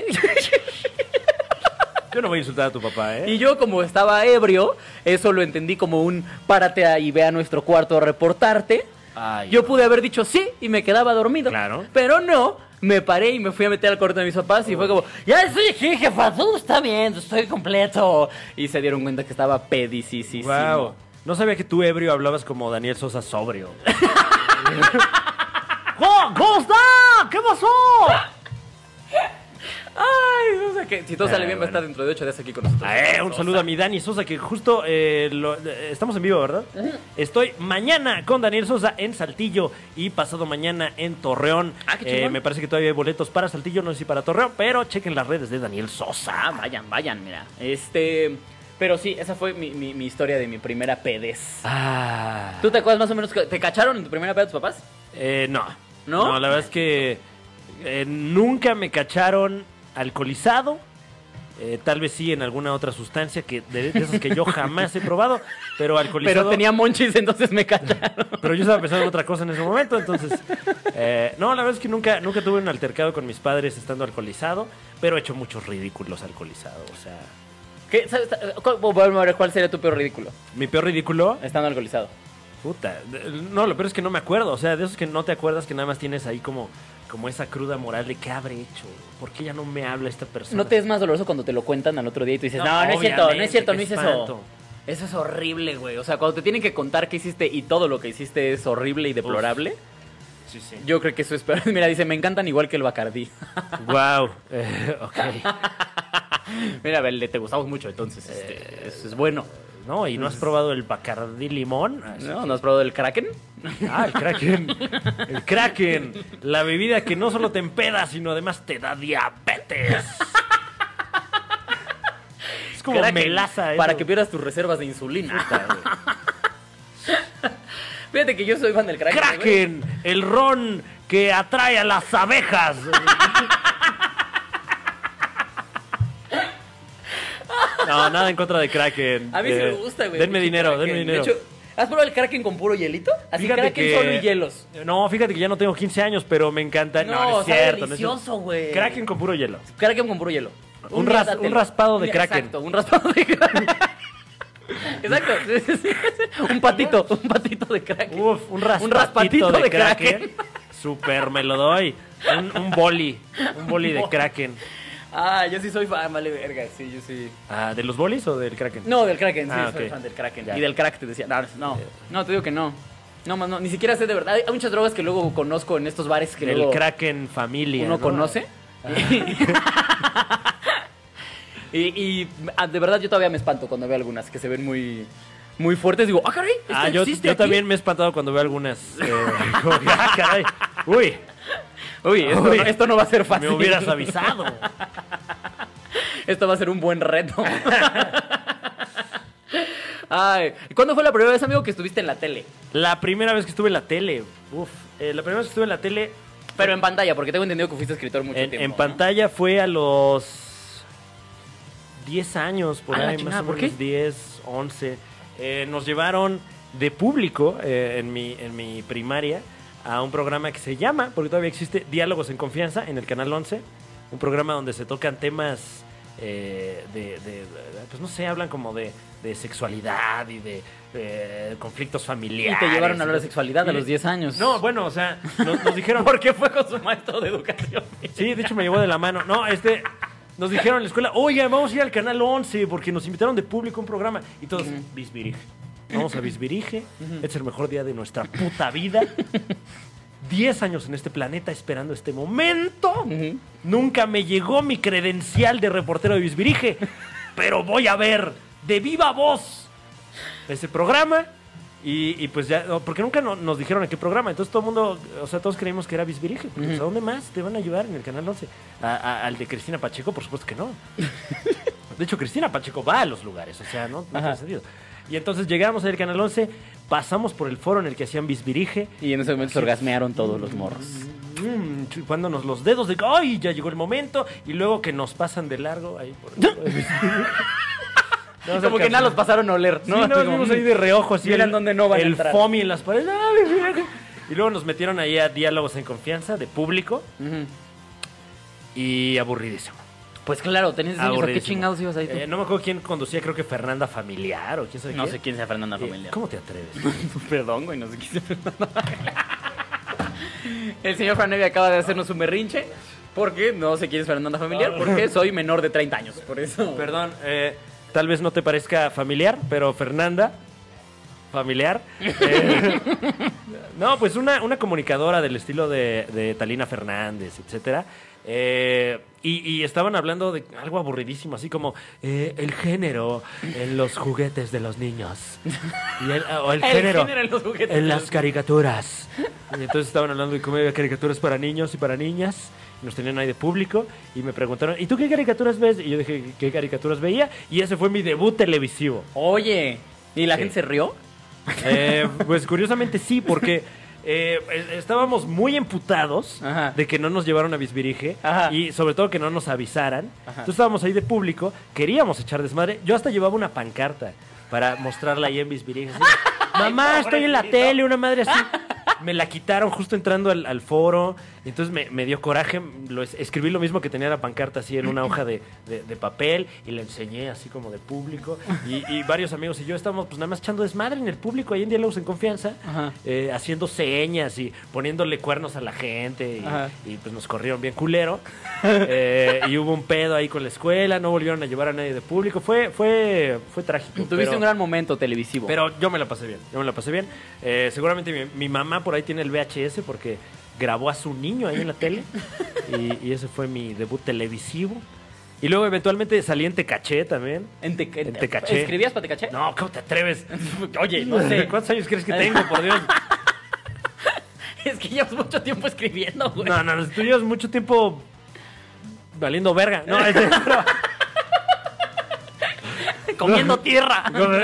Yo no voy a insultar a tu papá, ¿eh? Y yo, como estaba ebrio, eso lo entendí como un párate ahí, ve a nuestro cuarto a reportarte. Ay, Yo pude haber dicho sí y me quedaba dormido. Claro. Pero no, me paré y me fui a meter al cuarto de mis papás y fue como, ya estoy aquí, jefa, todo está bien, estoy completo. Y se dieron cuenta que estaba pedicísimo. Wow. No sabía que tú ebrio hablabas como Daniel Sosa sobrio. ¿Cómo está? ¿Qué pasó? Ay, no sé qué. Si todo sale bien, va a bueno. estar dentro de 8 días aquí con nosotros. Un saludo a mi Dani Sosa, que justo estamos en vivo, ¿verdad? Estoy mañana con Daniel Sosa en Saltillo y pasado mañana en Torreón. Ah, qué chingón. Me parece que todavía hay boletos para Saltillo, no sé si para Torreón, pero chequen las redes de Daniel Sosa. Ah, vayan, mira. Pero sí, esa fue mi historia de mi primera pedez. ¿Tú te acuerdas más o menos que te cacharon en tu primera peda tus papás? No. ¿No? No, la verdad es que nunca me cacharon alcoholizado. Tal vez sí en alguna otra sustancia de esas que yo jamás he probado, pero alcoholizado. Pero tenía monchis, entonces me cacharon. Pero yo estaba pensando en otra cosa en ese momento, entonces... no, la verdad es que nunca tuve un altercado con mis padres estando alcoholizado, pero he hecho muchos ridículos alcoholizados, o sea... ¿Qué? ¿Sabes? ¿Cuál sería tu peor ridículo? Mi peor ridículo... Estando alcoholizado. Puta, no, lo peor es que no me acuerdo, o sea, de esos que no te acuerdas que nada más tienes ahí como esa cruda moral de qué habré hecho, por qué ya no me habla esta persona. ¿No te es más doloroso cuando te lo cuentan al otro día y tú dices, no es cierto, no hice eso? Eso es horrible, güey. O sea, cuando te tienen que contar qué hiciste y todo lo que hiciste es horrible y deplorable. Sí. Yo creo que eso es peor. Mira, dice, me encantan igual que el Bacardí. Wow, ok. Mira, Bel, te gustamos mucho, entonces eso es bueno. No, ¿y no has probado el Bacardí limón? ¿No has probado el Kraken? El Kraken. El Kraken. La bebida que no solo te empeda, sino además te da diabetes. Es como Kraken, melaza. para que pierdas tus reservas de insulina. Fíjate que yo soy fan del Kraken. Kraken, el ron que atrae a las abejas. No, nada en contra de Kraken. A mí sí me gusta, güey. Denme dinero, Kraken. denme dinero. De hecho, ¿has probado el Kraken con puro hielito? Así Fíjate Kraken que- solo y hielos. No, fíjate que ya no tengo 15 años, pero me encanta. No es sabe cierto. delicioso, güey. Kraken con puro hielo. Kraken con puro hielo. Un día ras- dátelo. un raspado de Mira, Kraken. Exacto, un raspado de Kraken. Exacto. Sí. Un patito de Kraken. Uf, un raspatito de Kraken. Super, me lo doy. Un boli de Kraken. Ah, yo sí soy fan, vale verga, sí, yo sí. ¿De los bolis o del Kraken? No, del Kraken, sí, Ah, soy ok. fan del Kraken. Ya. Y del crack te decía. No, te digo que no. No, no, ni siquiera sé de verdad. Hay muchas drogas que luego conozco en estos bares que El luego Kraken Familia. uno ¿no? conoce. Y de verdad yo todavía me espanto cuando veo algunas que se ven muy, muy fuertes. Digo, caray, ¿esto Yo existe aquí? también me he espantado cuando veo algunas. Como que, caray. Uy, Esto no va a ser fácil. me hubieras avisado. Esto va a ser un buen reto. Ay, ¿cuándo fue la primera vez, amigo, que estuviste en la tele? La primera vez que estuve en la tele. La primera vez que estuve en la tele. Pero en pantalla, porque tengo entendido que fuiste escritor mucho tiempo. En pantalla fue a los 10 años, por ahí, chingada, más o ¿por menos qué? 10, 11. Nos llevaron de público en mi primaria a un programa que se llama, porque todavía existe, Diálogos en Confianza, en el Canal 11. Un programa donde se tocan temas pues no sé, hablan como de sexualidad y de conflictos familiares. Y te llevaron a hablar de sexualidad a los 10 años. No, bueno, o sea, nos dijeron... ¿Por qué fue con su maestro de educación? Sí, de hecho me llevó de la mano. No, nos dijeron en la escuela, oye, vamos a ir al Canal 11 porque nos invitaron de público a un programa. Y todos, Bisbirige. Vamos a Bisbirige. Este es el mejor día de nuestra puta vida. 10 años en este planeta esperando este momento. Nunca me llegó mi credencial de reportero de Bisbirige. Pero voy a ver de viva voz ese programa. Y pues ya, porque nunca nos dijeron en qué programa. Entonces todo el mundo, o sea, todos creímos que era Bisbirige. Pues, ¿a dónde más te van a llevar en el Canal 11? ¿Al de Cristina Pacheco? Por supuesto que no. De hecho, Cristina Pacheco va a los lugares, o sea, no tiene sentido. Y entonces llegamos al Canal 11, pasamos por el foro en el que hacían Bisbirige. Y en ese momento se orgasmearon todos los morros. Chupándonos los dedos de ¡ay! Ya llegó el momento. Y luego que nos pasan de largo ahí por el foro de Bisbirige. No, como que nada los pasaron a oler, ¿no? Sí, nos vimos ahí de reojo, así. Miran dónde no van a entrar. El foamy en las paredes. Y luego nos metieron ahí a Diálogos en Confianza, de público. Y aburridísimo. Pues claro, tenías años, ¿a qué chingados ibas ahí tú? No me acuerdo quién conducía, creo que Fernanda Familiar o quién sabe No sé quién sea Fernanda Familiar. ¿Cómo te atreves? Perdón, güey, no sé quién sea Fernanda Familiar. El señor Fran Evia acaba de hacernos un berrinche porque no sé quién es Fernanda Familiar, porque soy menor de 30 años, por eso. Perdón, tal vez no te parezca familiar, pero Fernanda Familiar. No, pues una comunicadora del estilo de Talina Fernández, etcétera. Y estaban hablando de algo aburridísimo, así como el género en los juguetes de los niños. O el género en los juguetes en las caricaturas. Y entonces estaban hablando de cómo había caricaturas para niños y para niñas. Nos tenían ahí de público y me preguntaron, ¿y tú qué caricaturas ves? Y yo dije, ¿qué caricaturas veía? Y ese fue mi debut televisivo. Oye, ¿y la gente se rió? Pues curiosamente sí, porque estábamos muy emputados de que no nos llevaron a Bisbirige y sobre todo que no nos avisaran. Entonces estábamos ahí de público, queríamos echar desmadre. Yo hasta llevaba una pancarta para mostrarla ahí en Bisbirige. Así, mamá, estoy en la tele, una madre así. Me la quitaron justo entrando al foro. Y entonces me dio coraje. Escribí lo mismo que tenía la pancarta así en una hoja de papel. Y la enseñé así como de público. Y varios amigos y yo estábamos pues nada más echando desmadre en el público. Ahí en Diálogos en Confianza. Haciendo señas y poniéndole cuernos a la gente. Y pues nos corrieron bien culero. Y hubo un pedo ahí con la escuela. No volvieron a llevar a nadie de público. Fue trágico. Tuviste un gran momento televisivo. Pero yo me la pasé bien. Seguramente mi mamá por ahí tiene el VHS porque grabó a su niño ahí en la tele. Y ese fue mi debut televisivo. Y luego eventualmente salí en Tecaché también. En Tecaché. ¿Escribías para Tecaché? No, ¿cómo te atreves? Oye, no sé. ¿Cuántos años crees que tengo, por Dios? Es que llevas mucho tiempo escribiendo, güey. No, tú llevas mucho tiempo valiendo verga. No, comiendo tierra.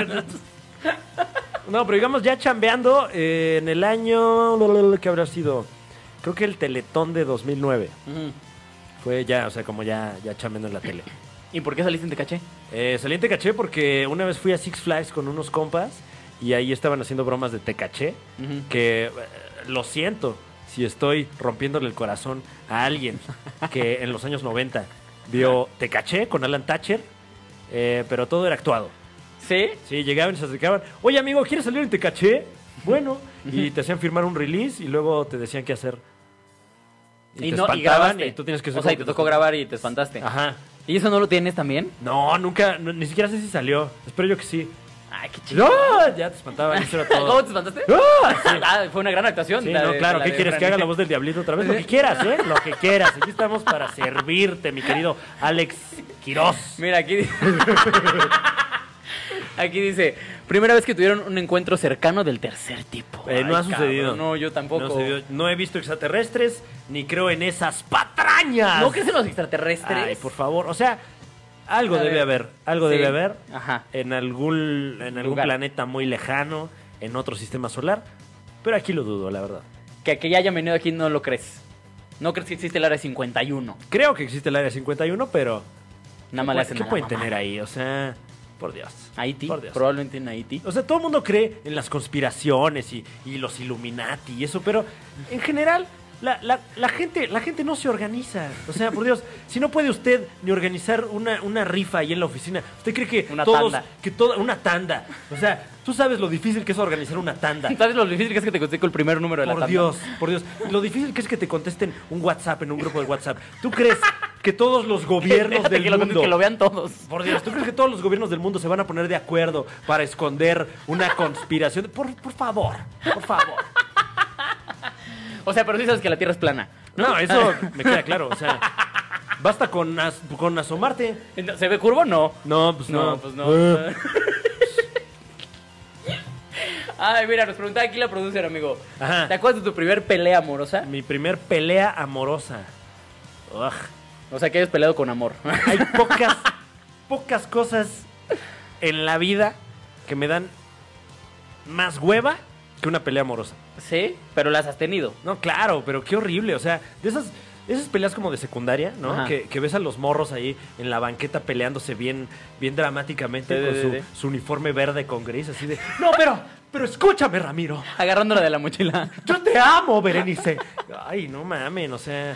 No, pero digamos ya chambeando en el año... ¿Qué habrá sido? Creo que el Teletón de 2009. Fue ya, o sea, como ya chambeando en la tele. ¿Y por qué saliste en Tecaché? Salí en Tecaché porque una vez fui a Six Flags con unos compas y ahí estaban haciendo bromas de Tecaché. Que lo siento si estoy rompiéndole el corazón a alguien que en los años 90 vio Tecaché con Alan Thatcher, pero todo era actuado. ¿Sí? Sí, llegaban y se acercaban. Oye, amigo, ¿quieres salir en Tecaché? Bueno, y te hacían firmar un release y luego te decían qué hacer. Y te espantaban y tú tienes que... O sea, y te tocó grabar y te espantaste. Ajá. ¿Y eso no lo tienes también? No, nunca, ni siquiera sé si salió. Espero yo que sí. Ay, qué chido. ¡No! Ya te espantaban, eso era todo. ¿Cómo te espantaste? Sí. Fue una gran actuación. Sí, no, claro, ¿qué quieres? ¿Que haga la voz del diablito otra vez? Lo que quieras, ¿eh? Lo que quieras. Aquí estamos para servirte, mi querido Alex Quiroz. Mira, aquí dice, primera vez que tuvieron un encuentro cercano del tercer tipo. No ha sucedido. Cabrón, no, yo tampoco. No he visto extraterrestres, ni creo en esas patrañas. ¿No crees en los extraterrestres? Ay, por favor, o sea, Algo debe haber. Ajá. En algún Lugar. planeta muy lejano, en otro sistema solar. Pero aquí lo dudo, la verdad. Que ya hayan venido aquí no lo crees. No crees que existe el área 51. Creo que existe el área 51, pero Nada más le hacen ¿qué a la pueden mamá. tener ahí? O sea, por Dios. Haití, Por Dios. probablemente en Haití. O sea, todo el mundo cree en las conspiraciones y los Illuminati y eso, pero en general la gente no se organiza. O sea, por Dios, si no puede usted ni organizar una rifa ahí en la oficina, ¿usted cree que Una todos, tanda. que toda una tanda? O sea, tú sabes lo difícil que es organizar una tanda. ¿Sabes lo difícil que es que te contesto el primer número de la Por tanda? Dios, por Dios. Lo difícil que es que te contesten un WhatsApp en un grupo de WhatsApp. ¿Tú crees que todos los gobiernos Déjate del que mundo... que lo vean todos. Por Dios, ¿tú crees que todos los gobiernos del mundo se van a poner de acuerdo para esconder una conspiración? Por favor, por favor. O sea, pero sí sabes que la Tierra es plana. No, eso me queda claro. O sea, basta con asomarte. ¿Se ve curvo? No. No, pues no. No, pues no. Ay, mira, nos preguntaba aquí la producer, amigo. Ajá. ¿Te acuerdas de tu primer pelea amorosa? Mi primer pelea amorosa. Ugh. O sea, que hayas peleado con amor. Hay pocas cosas en la vida que me dan más hueva que una pelea amorosa. Sí, pero las has tenido. No, claro, pero qué horrible. O sea, de esas peleas como de secundaria, ¿no? Ajá. Que ves a los morros ahí en la banqueta peleándose bien dramáticamente Sí, con sí, sí. su uniforme verde con gris, así de... No, pero escúchame, Ramiro. Agarrándola de la mochila. Yo te amo, Berenice. Ay, no mamen, o sea...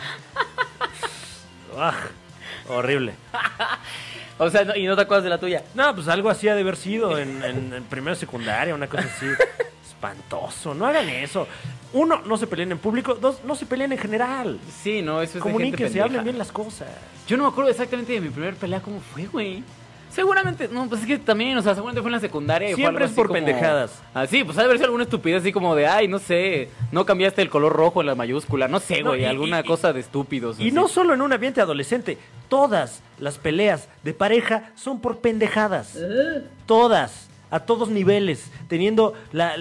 horrible. O sea, ¿y no te acuerdas de la tuya? No, pues algo así ha de haber sido en primero de secundaria, una cosa así. Espantoso, no hagan eso. Uno, no se peleen en público. Dos, no se peleen en general. Sí, no, eso es de gente Comuníquense, pendeja. hablen bien las cosas. Yo no me acuerdo exactamente de mi primer pelea cómo fue, güey. Seguramente, no, pues es que también, o sea, seguramente fue en la secundaria. Y fue Siempre algo es así por como- pendejadas. Ah, sí, pues ha de haber sido alguna estupidez así como de, ay, no sé, no cambiaste el color rojo en la mayúscula, no sé, No, güey, alguna cosa de estúpidos. Y así. no solo en un ambiente adolescente. Todas las peleas de pareja son por pendejadas. Todas. A todos niveles. Teniendo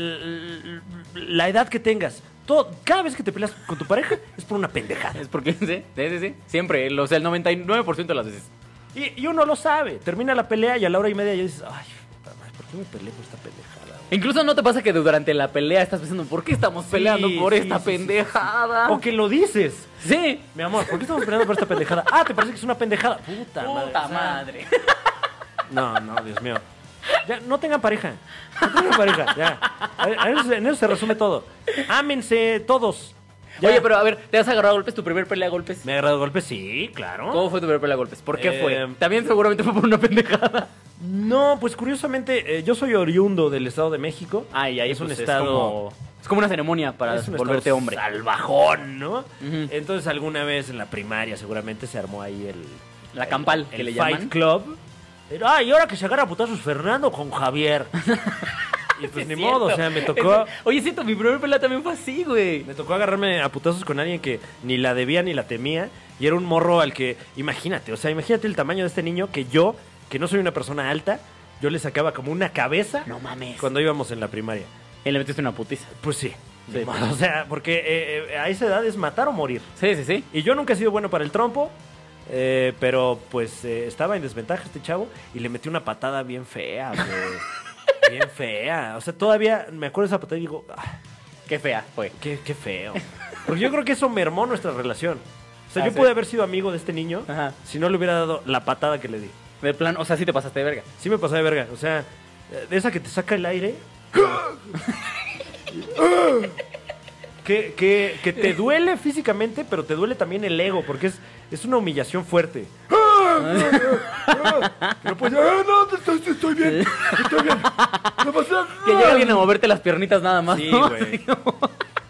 la edad que tengas. Cada vez que te peleas con tu pareja es por una pendejada. Es porque, sí. Siempre, o sea, el 99% de las veces. Y uno lo sabe. Termina la pelea y a la hora y media ya dices, ay, puta madre, ¿por qué me peleé por esta pendejada? güey?" Incluso no te pasa que durante la pelea estás pensando, ¿por qué estamos peleando por Sí, esta sí, pendejada? O que lo dices. Sí. Mi amor, ¿por qué estamos peleando por esta pendejada? Ah, ¿te parece que es una pendejada? Puta madre. Puta o sea, madre. No, Dios mío. Ya, no tengan pareja. No tengan pareja, ya. En eso se resume todo. Ámense todos. Ya. Oye, pero a ver, ¿te has agarrado a golpes tu primer pelea a golpes? ¿Me ha agarrado golpes? Sí, claro. ¿Cómo fue tu primer pelea a golpes? ¿Por qué Eh, fue? También seguramente fue por una pendejada. No, pues curiosamente, yo soy oriundo del Estado de México. Ay, ahí es un pues, estado... es como una ceremonia para es un volverte estado hombre. salvajón, ¿no? Ujú. Entonces alguna vez en la primaria seguramente se armó ahí La campal, que le Fight llaman. Club. Pero, y ahora que se agarra a putazos Fernando con Javier. Y pues Es ni cierto. modo, o sea, me tocó... Oye, siento, mi primer pelea también fue así, güey. Me tocó agarrarme a putazos con alguien que ni la debía ni la temía. Y era un morro al que, imagínate el tamaño de este niño que yo, que no soy una persona alta, yo le sacaba como una cabeza No mames. cuando íbamos en la primaria. Y le metiste una putiza. Pues sí. Sí. O sea, porque a esa edad es matar o morir. Sí. Y yo nunca he sido bueno para el trompo, pero pues estaba en desventaja este chavo y le metí una patada bien fea, güey. Bien fea. O sea, todavía me acuerdo de esa patada y digo, Qué fea fue. qué feo. Porque yo creo que eso mermó nuestra relación. O sea, Ah, yo sí. pude haber sido amigo de este niño Ajá. si no le hubiera dado la patada que le di. De plan, o sea, sí te pasaste de verga. Sí me pasé de verga. O sea, de esa que te saca el aire. que te duele físicamente, pero te duele también el ego, porque es una humillación fuerte. Pero pues, no, estoy bien, estoy bien. No pasa nada. Que llega alguien a moverte las piernitas nada más. Sí, ¿no? güey. Así como-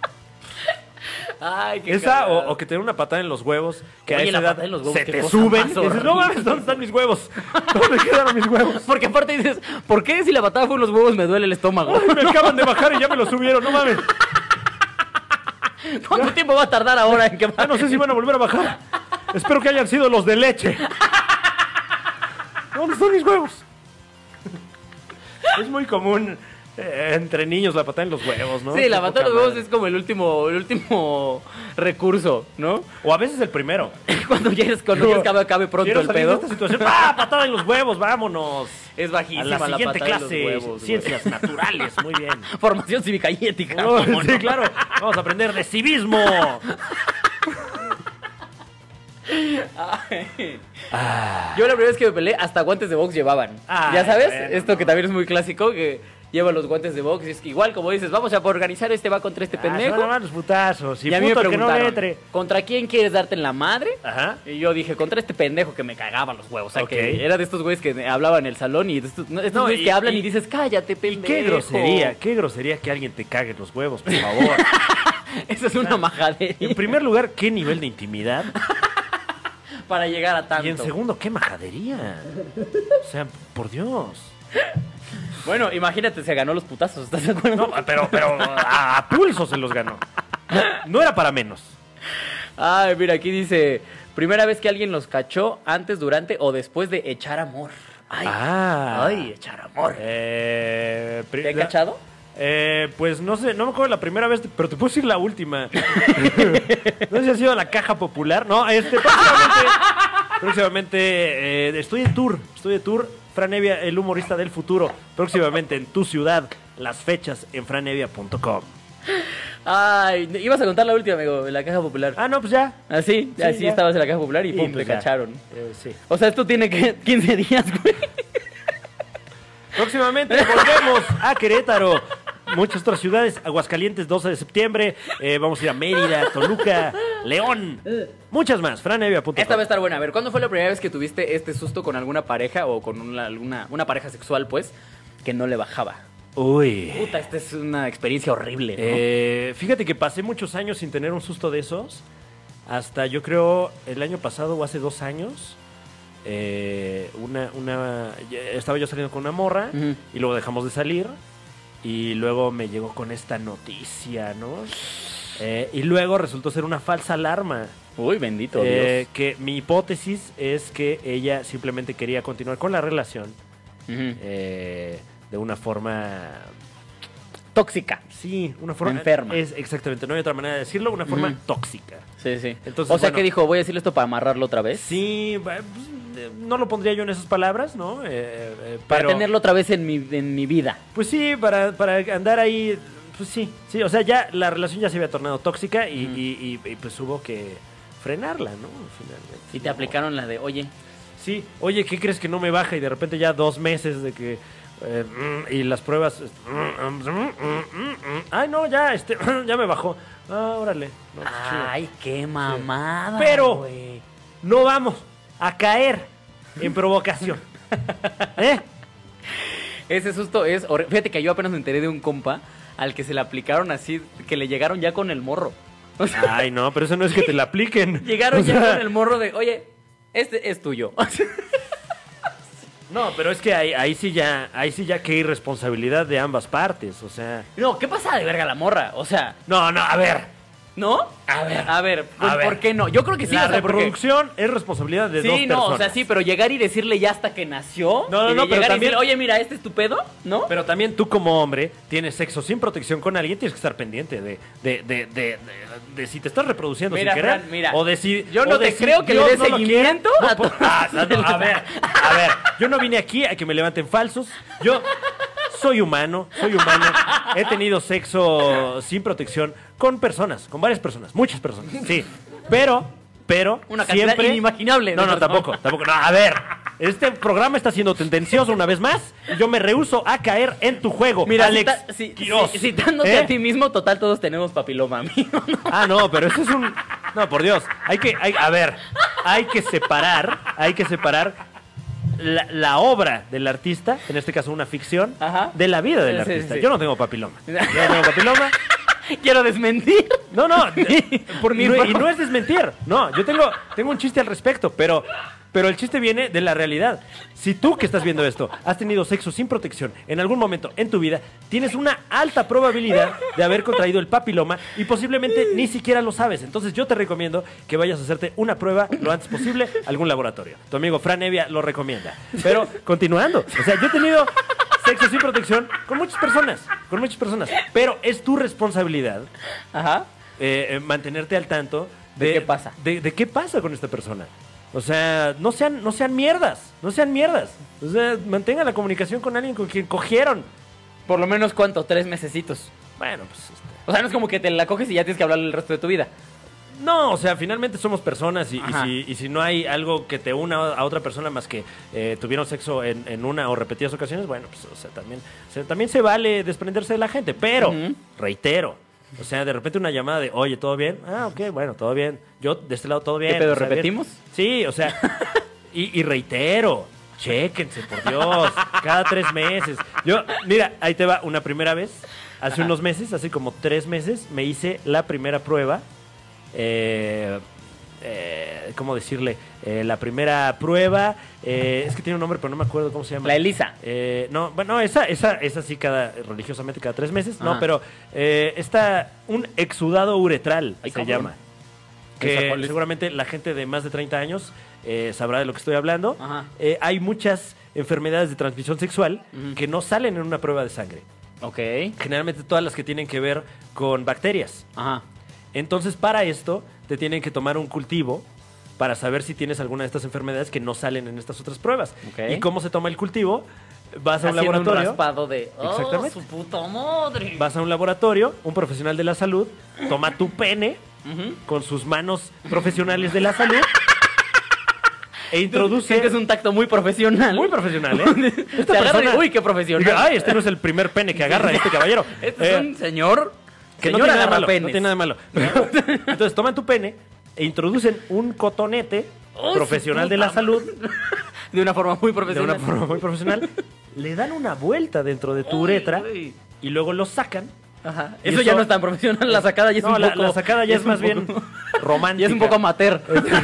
Ay, qué Esa cagado. o que te den una patada en los huevos, que Oye, a esa la edad patada en los huevos, se qué te cosa suben. más Y dices, no horrible. mames, ¿dónde están mis huevos? ¿Dónde quedaron mis huevos? Porque aparte dices, ¿por qué si la patada fue en los huevos me duele el estómago? Ay, me acaban de bajar y ya me lo subieron, no mames. ¿Cuánto tiempo va a tardar ahora en que Ah, no sé si van a volver a bajar. Espero que hayan sido los de leche. ¿Dónde están mis huevos? Es muy común Entre niños, la patada en los huevos, ¿no? Sí, la Qué patada en poca los huevos madre. es como el último recurso, ¿no? O a veces el primero. Cuando quieres que acabe pronto Quiero el salir de pedo. esta situación. ¡Ah, patada en los huevos! ¡Vámonos! Es A bajísima la siguiente patada en los clase, huevos, güey. ciencias naturales. Muy bien. Formación cívica y ética. Oh, ¿cómo sí, no? claro. Vamos a aprender de civismo. Yo la primera vez que me peleé, hasta guantes de box llevaban. Ay, ¿Ya sabes? bueno, Esto que también es muy clásico, que lleva los guantes de box. Y es que igual, como dices, vamos a organizar va contra este Se van a pendejo. dar los putazos. Y a mí me puto el que no le preguntaron, entre. ¿contra quién quieres darte en la madre? Ajá. Y yo dije, contra este pendejo que me cagaba los huevos. O sea, Ok. que era de estos güeyes que hablaban en el salón y de estos güeyes que hablan y dices, cállate, pendejo. Qué grosería que alguien te cague los huevos, por favor. Esa es una majadería En primer lugar, qué nivel de intimidad. para llegar a tanto. Y en segundo, qué majadería. O sea, por Dios. Bueno, imagínate, se ganó los putazos, ¿estás de acuerdo? No, pero a pulso se los ganó. No era para menos. Ay, mira, aquí dice, primera vez que alguien los cachó, antes, durante o después de echar amor. Ay, ay, echar amor. ¿Te he cachado? Pues no sé, no me acuerdo la primera vez, pero te puedo decir la última. No sé si ha sido la caja popular. No, próximamente estoy de tour. Fran Evia, el humorista del futuro. Próximamente en tu ciudad. Las fechas en franevia.com. Ay, ibas a contar la última, amigo, en la caja popular. Ah, no, pues ya. Así ya. estabas en la caja popular y Sí, pum, pues te ya. cacharon. Sí. O sea, esto tiene que 15 días, güey. Próximamente volvemos a Querétaro. Muchas otras ciudades. Aguascalientes, 12 de septiembre. Vamos a ir a Mérida, Toluca, León. Muchas más. franevia.com. Esta va a estar buena. A ver, ¿cuándo fue la primera vez que tuviste este susto con alguna pareja o con una pareja sexual, pues, que no le bajaba? Uy. Puta, esta es una experiencia horrible, ¿no? Fíjate que pasé muchos años sin tener un susto de esos. Hasta yo creo el año pasado o hace 2 años. Estaba yo saliendo con una morra y luego dejamos de salir. Y luego me llegó con esta noticia, ¿no? Y luego resultó ser una falsa alarma. Uy, bendito Dios. Que mi hipótesis es que ella simplemente quería continuar con la relación de una forma... Tóxica. Sí, una forma... Enferma. Exactamente, no hay otra manera de decirlo, una forma tóxica. Sí, sí. Entonces, o sea, bueno, ¿qué dijo? ¿Voy a decirle esto para amarrarlo otra vez? Sí, pues, no lo pondría yo en esas palabras, ¿no? Para pero, tenerlo otra vez en mi vida. Pues sí, para andar ahí, pues sí, o sea, ya la relación ya se había tornado tóxica y pues hubo que frenarla, ¿no? Finalmente. Y te aplicaron la de, oye, Sí, oye, ¿qué crees que no me baja? Y de repente ya 2 meses de que... y las pruebas... ay, no, ya, ya me bajó. Ah, órale. No, pues, chido. ay, qué mamada, Pero- güey. No vamos a caer en provocación. ¿Eh? Ese susto es horrible. Fíjate que yo apenas me enteré de un compa al que se le aplicaron así, que le llegaron ya con el morro. O sea, Ay, no, pero eso no es que te la apliquen. llegaron O ya sea, con el morro de, oye, este es tuyo. No, pero es que ahí sí ya que hay responsabilidad de ambas partes, o sea... No, ¿qué pasa de verga la morra? O sea, No, a ver. ¿no? A ver. ¿Por qué no? Yo creo que sí. La o sea, porque- reproducción es responsabilidad de dos Sí, no, personas. o sea, sí, pero llegar y decirle ya hasta que nació. No, y no, de pero llegar y también- decirle, oye, mira, este es tu pedo, ¿no? Pero también tú como hombre tienes sexo sin protección con alguien, tienes que estar pendiente de si te estás reproduciendo Mira, sin querer. Fran, mira, o de si, yo no o de te si creo que le Dios des no lo seguimiento quiera. a No, pues, a ver, yo no vine aquí a que me levanten falsos. Yo soy humano. He tenido sexo sin protección con personas, con varias personas, muchas personas, sí. Pero Una cantidad siempre... inimaginable de No, personas. tampoco. No, a ver, este programa está siendo tendencioso una vez más y yo me rehúso a caer en tu juego, Mira, Alex Quiroz. citándote ¿Eh? a ti mismo, total, todos tenemos papiloma, amigo. ¿No? Ah, no, pero eso es un... No, por Dios. Hay que separar la obra del artista, en este caso una ficción, Ajá. de la vida del Sí, artista. sí. Yo no tengo papiloma. Quiero desmentir. No, Por mi y no es desmentir. No, yo tengo un chiste al respecto, pero el chiste viene de la realidad. Si tú que estás viendo esto has tenido sexo sin protección en algún momento en tu vida, tienes una alta probabilidad de haber contraído el papiloma y posiblemente ni siquiera lo sabes. Entonces yo te recomiendo que vayas a hacerte una prueba lo antes posible a algún laboratorio. Tu amigo Fran Evia lo recomienda. Pero continuando, o sea, yo he tenido sexo sin protección con muchas personas. Pero es tu responsabilidad Ajá. Mantenerte al tanto ¿De qué pasa? De qué pasa con esta persona. O sea, no sean mierdas. O sea, mantengan la comunicación con alguien con quien cogieron. Por lo menos, ¿cuánto? 3 mesecitos. Bueno, pues... O sea, no es como que te la coges y ya tienes que hablar el resto de tu vida. No, o sea, finalmente somos personas y si no hay algo que te una a otra persona más que tuvieron sexo en una o repetidas ocasiones, bueno, pues, o sea, también se vale desprenderse de la gente. Pero, reitero, o sea, de repente una llamada de, oye, ¿todo bien? Ah, ok, bueno, todo bien. Yo, de este lado, todo bien. ¿Qué pedo, o sea, repetimos? Bien. Sí, o sea, y reitero, chéquense, por Dios, cada 3 meses. Yo, mira, ahí te va, una primera vez, hace unos meses, hace como 3 meses, me hice la primera prueba. ¿Cómo decirle? La primera prueba, es que tiene un nombre, pero no me acuerdo cómo se llama. La ELISA. No, bueno, esa sí religiosamente cada 3 meses. Ajá. No, pero está un exudado uretral, se llama. Que seguramente la gente de más de 30 años sabrá de lo que estoy hablando. Ajá. Hay muchas enfermedades de transmisión sexual que no salen en una prueba de sangre. Ok. Generalmente todas las que tienen que ver con bacterias. Ajá. Entonces, para esto, te tienen que tomar un cultivo para saber si tienes alguna de estas enfermedades que no salen en estas otras pruebas. Okay. ¿Y cómo se toma el cultivo? Vas a un Haciendo laboratorio. un raspado de... Exactamente. ¡Oh, su puta madre! Vas a un laboratorio, un profesional de la salud toma tu pene con sus manos profesionales de la salud e introduce... Sientes un tacto muy profesional. Muy profesional, ¿eh? Te agarra y, uy, qué profesional. Diga, ay, este no es el primer pene que agarra este caballero. Este es un señor... Que Señor no tiene nada agarra malo, penes. no tiene nada malo. Entonces toman tu pene e introducen un cotonete profesional de la salud De una forma muy de profesional. una forma muy profesional. Le dan una vuelta dentro de tu uretra y luego lo sacan. Ajá. Y Eso ya no es tan profesional. La sacada ya es no, un poco... la sacada ya es más bien romántica. Ya es un poco amateur.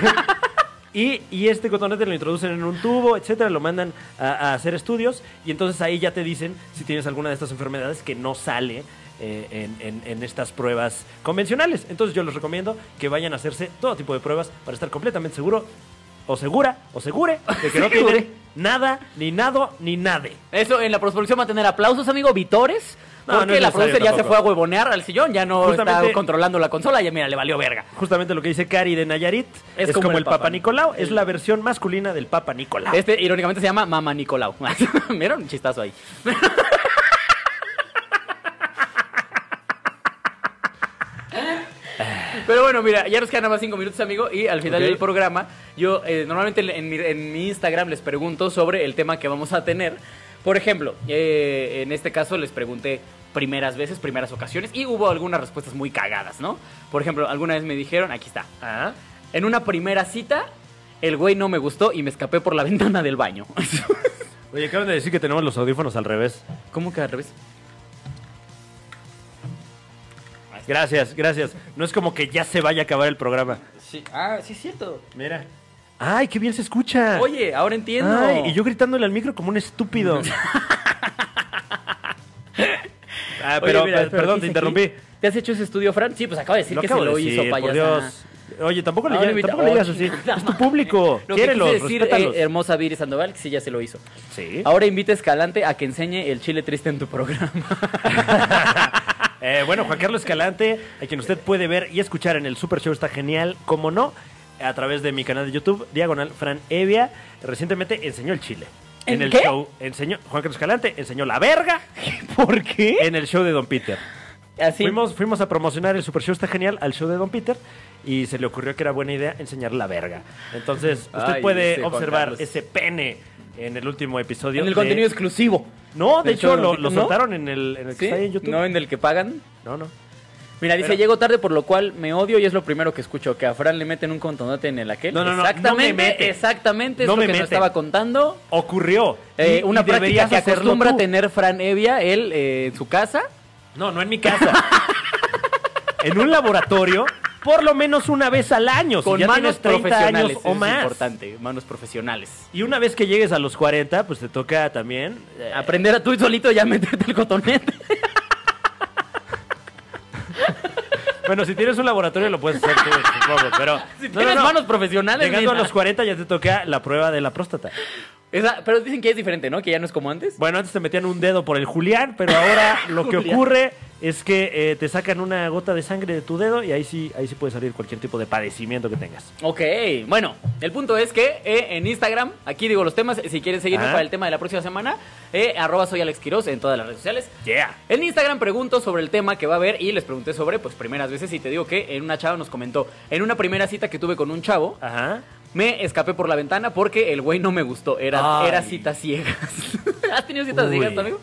Y este cotonete lo introducen en un tubo, etcétera, lo mandan a hacer estudios y entonces ahí ya te dicen si tienes alguna de estas enfermedades que no sale en estas pruebas convencionales. Entonces yo les recomiendo que vayan a hacerse todo tipo de pruebas para estar completamente seguro o segura o segure de que no tienen nada, ni nada, ni nade. Eso en la postproducción va a tener aplausos, amigo, vitores. No, Porque no es la necesario producer ya se tampoco. fue a huevonear al sillón, ya no Justamente- está controlando la consola, ya mira, le valió verga. Justamente lo que dice Cari de Nayarit es como el Papa Nicolau, es la versión masculina del Papa Nicolau. Este irónicamente se llama Mama Nicolau. Mira, un chistazo ahí. Pero bueno, mira, ya nos quedan nada más 5 minutos, amigo, y al final Ok. del programa, yo normalmente en mi Instagram les pregunto sobre el tema que vamos a tener. Por ejemplo, en este caso les pregunté primeras veces, primeras ocasiones, y hubo algunas respuestas muy cagadas, ¿no? Por ejemplo, alguna vez me dijeron, aquí está, en una primera cita, el güey no me gustó y me escapé por la ventana del baño. Oye, acaban de decir que tenemos los audífonos al revés. ¿Cómo que al revés? Gracias, gracias. No es como que ya se vaya a acabar el programa. Sí. Sí es cierto. Mira. ¡Ay, qué bien se escucha! Oye, ahora entiendo. Ay, y yo gritándole al micro como un estúpido. Pero, Oye, mira, perdón, te ¿qué dice interrumpí. aquí? ¿Te has hecho ese estudio, Fran? Sí, pues acaba de decir que se acabo de lo decir, hizo, por payasa. Dios. Oye, tampoco le Ahora digas así. chingada Es tu público. Lo que Quiérelos, quise decir, respétalos. hermosa Viri Sandoval, que sí ya se lo hizo. Sí. Ahora invita a Escalante a que enseñe el chile triste en tu programa. Bueno, Juan Carlos Escalante, a quien usted puede ver y escuchar en el Super Show, está genial, como no, a través de mi canal de YouTube, Diagonal Fran Evia. Recientemente enseñó el chile. ¿En el qué? show enseñó, Juan Carlos Escalante enseñó la verga. ¿Por qué? En el show de Don Peter. Así. Fuimos a promocionar el Super Show está genial al show de Don Peter y se le ocurrió que era buena idea enseñar la verga. Entonces, usted Ay, puede ese Juan observar Carlos. ese pene en el último episodio. En el contenido exclusivo. No, de del show hecho de lo Don Peter, ¿no? soltaron en el que ¿Sí? está ahí en YouTube. ¿No en el que pagan? No. Mira, dice, Pero- llego tarde por lo cual me odio y es lo primero que escucho, que a Fran le meten un contonote en el aquel. No, Exactamente, no me mete. exactamente, es No lo me que nos mete. estaba contando. Ocurrió. Una y práctica deberías que hacerlo acostumbra tú. tener Fran Evia, él en su casa. No en mi casa. En un laboratorio, por lo menos una vez al año. Si Con ya manos tienes 30 profesionales, años o eso es más. importante, manos profesionales. Y una vez que llegues a los 40, pues te toca también. Aprender a tú solito ya meterte el cotonete. Bueno, si tienes un laboratorio lo puedes hacer tú, supongo, pero... Si tienes manos profesionales, Llegando mira. a los 40 ya te toca la prueba de la próstata. Pero dicen que es diferente, ¿no? Que ya no es como antes. Bueno, antes te metían un dedo por el Julián, pero ahora lo que ocurre es que te sacan una gota de sangre de tu dedo y ahí sí puede salir cualquier tipo de padecimiento que tengas. Ok, bueno, el punto es que en Instagram, aquí digo los temas, si quieren seguirme para el tema de la próxima semana, @soy Alex Quiroz en todas las redes sociales. Yeah. En Instagram pregunto sobre el tema que va a haber y les pregunté sobre, pues, primeras veces y te digo que en una chava nos comentó, en una primera cita que tuve con un chavo, Ajá. me escapé por la ventana porque el güey no me gustó, era citas ciegas. ¿Has tenido citas ciegas, amigo?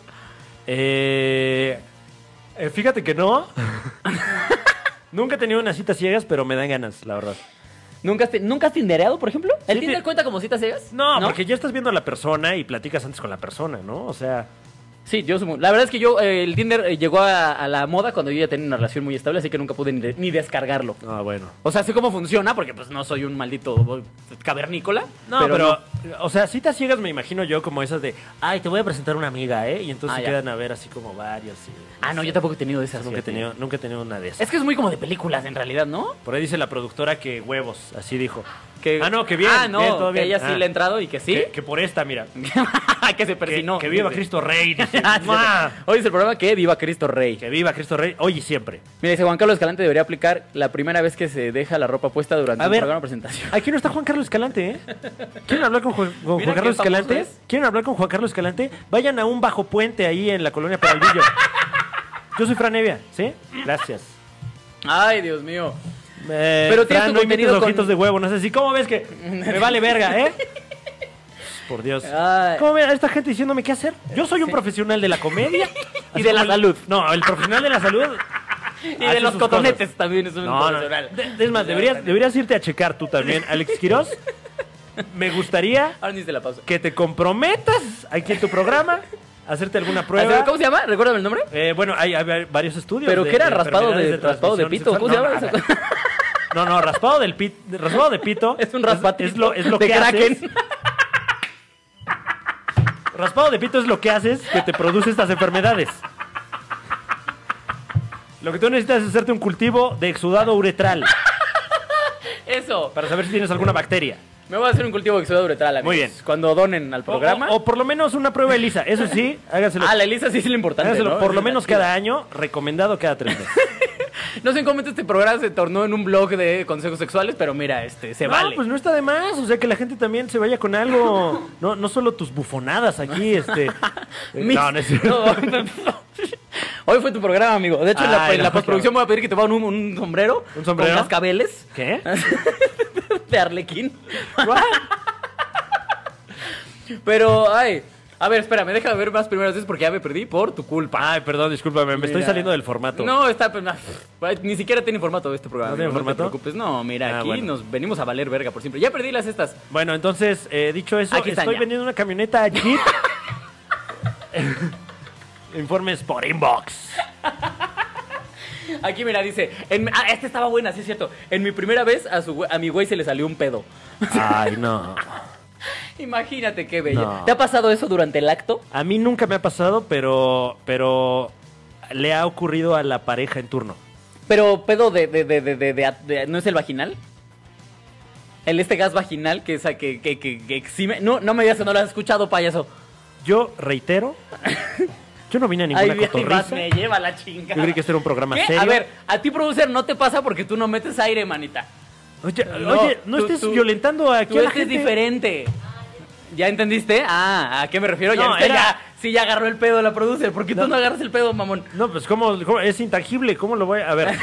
Fíjate que no. Nunca he tenido unas citas ciegas, pero me dan ganas, la verdad. ¿Nunca has tindereado, por ejemplo? ¿El Sí, Tinder cuenta como citas ciegas? No, porque ya estás viendo a la persona y platicas antes con la persona, ¿no? O sea... Sí, la verdad es que el Tinder llegó a la moda cuando yo ya tenía una relación muy estable, así que nunca pude ni descargarlo. Ah, bueno. O sea, sé cómo funciona, porque pues no soy un maldito cavernícola. No, pero o sea, citas ciegas me imagino yo como esas de, ay, te voy a presentar una amiga, ¿eh? Y entonces se quedan a ver así como varios. No, yo tampoco he tenido de esas. Nunca he tenido una de esas. Es que es muy como de películas, en realidad, ¿no? Por ahí dice la productora que huevos, así dijo. Que bien, bien, todo bien. Que ella sí le ha entrado y que sí. Que por esta, mira. Que se persinó. Que viva Cristo Rey, dice. Hoy es el programa que viva Cristo Rey. Que viva Cristo Rey, hoy y siempre. Mira, dice Juan Carlos Escalante debería aplicar la primera vez que se deja la ropa puesta durante un programa de presentación. Aquí no está Juan Carlos Escalante, ¿eh? ¿Quieren hablar con Juan Carlos Escalante? ¿Quieren hablar con Juan Carlos Escalante? Vayan a un bajo puente ahí en la colonia Peralvillo. Yo soy Fran Evia, ¿sí? Gracias. Ay, Dios mío. Pero tienes tu contenido con ojitos de huevo, no sé si. ¿Cómo ves que me vale verga, Por Dios. Ay. ¿Cómo ve a esta gente diciéndome qué hacer? Yo soy un profesional de la comedia. Y de la salud. No, el profesional de la salud. Y de los cotonetes cosas. También es un profesional. Es más, deberías irte a checar tú también, Alex Quiroz. Me gustaría Ahora ni se la paso. que te comprometas aquí en tu programa, hacerte alguna prueba. ¿Cómo se llama? ¿Recuérdame el nombre? Bueno, hay varios estudios. ¿Pero qué era? ¿Raspado de pito? ¿Cómo se llama eso? No, raspado de pito. Es un raspatito. Es lo de que Kraken. haces. Raspado de pito es lo que haces que te produce estas enfermedades. Lo que tú necesitas es hacerte un cultivo de exudado uretral. Eso. Para saber si tienes alguna bacteria. Me voy a hacer un cultivo de exudado uretral, amigos. Muy bien. Cuando donen al programa. O por lo menos una prueba ELISA. Eso sí, hágaselo. La ELISA sí es lo importante, Hágaselo ¿no? por lo menos cada año, recomendado cada 3 meses. No sé en qué momento este programa se tornó en un blog de consejos sexuales, pero mira, se vale. Pues no está de más, o sea, que la gente también se vaya con algo, no solo tus bufonadas aquí, No, no es cierto. Hoy fue tu programa, amigo. De hecho, en la postproducción voy a pedir que te pongan un sombrero. ¿Un sombrero? Con cascabeles. ¿Qué? De Arlequín. Pero, a ver, espérame, déjame ver más primeras veces porque ya me perdí por tu culpa. Ay, perdón, discúlpame, me estoy saliendo del formato. No, ni siquiera tiene formato este programa. ¿No tiene formato? No te preocupes. No, mira, aquí bueno. nos venimos a valer verga por siempre. Ya perdí las estas. Bueno, entonces, dicho eso, Aquí están estoy ya. vendiendo una camioneta Jeep. Informes por inbox. Aquí, mira, dice... esta estaba buena, sí es cierto. En mi primera vez, a mi güey se le salió un pedo. Ay, no. Imagínate qué bello. No. ¿Te ha pasado eso durante el acto? A mí nunca me ha pasado, pero le ha ocurrido a la pareja en turno. Pero pedo ¿no es el vaginal? Este gas vaginal que exime... No me digas que no lo has escuchado, payaso. Yo reitero, yo no vine a ninguna cotorriza. Me lleva la chingada. Yo creí que este era un programa ¿Qué? serio. A ver, a ti, producer, no te pasa porque tú no metes aire, manita. Oye, no estés violentando aquí a la gente. Es diferente. ¿Ya entendiste? ¿A qué me refiero? No, ya agarró el pedo la producer. ¿Por qué tú no agarras el pedo, mamón? No, pues ¿cómo? Es intangible, ¿cómo lo voy a ver?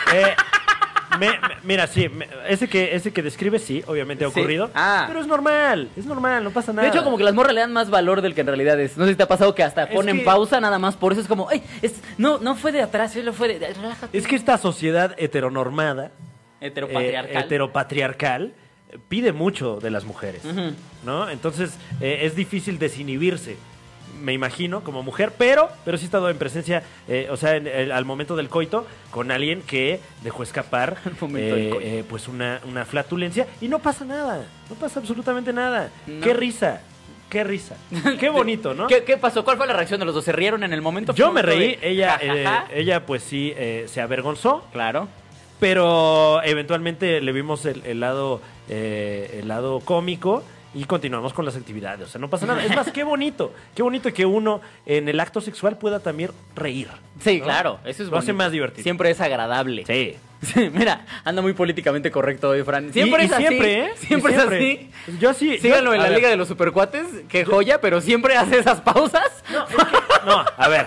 Mira, sí, ese que describe, sí, obviamente ha ocurrido. Pero es normal, no pasa nada. De hecho, como que las morras le dan más valor del que en realidad es. No sé si te ha pasado que hasta ponen pausa nada más por eso. Es como, no fue de atrás, lo fue de... Relájate. Es que esta sociedad heteronormada, heteropatriarcal, pide mucho de las mujeres, ¿no? Entonces, es difícil desinhibirse, me imagino, como mujer, pero sí he estado en presencia, al momento del coito, con alguien que dejó escapar pues una flatulencia y no pasa nada, no pasa absolutamente nada. No. Qué risa, qué bonito, ¿no? ¿Qué pasó? ¿Cuál fue la reacción de los dos? ¿Se rieron en el momento? Yo me reí, ella pues sí se avergonzó. Claro. Pero eventualmente le vimos el lado cómico y continuamos con las actividades. O sea, no pasa nada. Es más, qué bonito que uno en el acto sexual pueda también reír. Sí, ¿no? claro, eso es Lo hace bonito. más divertido. Siempre es agradable. Sí. Sí, mira, anda muy políticamente correcto hoy, Fran. Siempre Y es así. siempre, ¿eh? Siempre Y es siempre. así. Yo sí. Síganlo en a la ver. Liga de los Supercuates, qué joya, pero siempre hace esas pausas. No, a ver.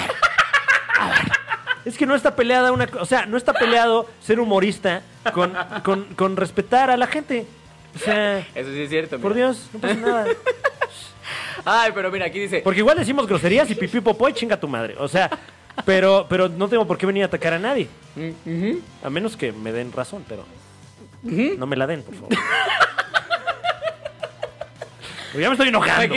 Es que no está peleada o sea, no está peleado ser humorista con respetar a la gente. O sea, Eso sí es cierto. por mira. Dios, no pasa nada. Ay, pero mira, aquí dice... Porque igual decimos groserías y pipí popó y chinga tu madre. O sea, pero no tengo por qué venir a atacar a nadie. A menos que me den razón, pero no me la den, por favor. Porque ya me estoy enojando. Aquí,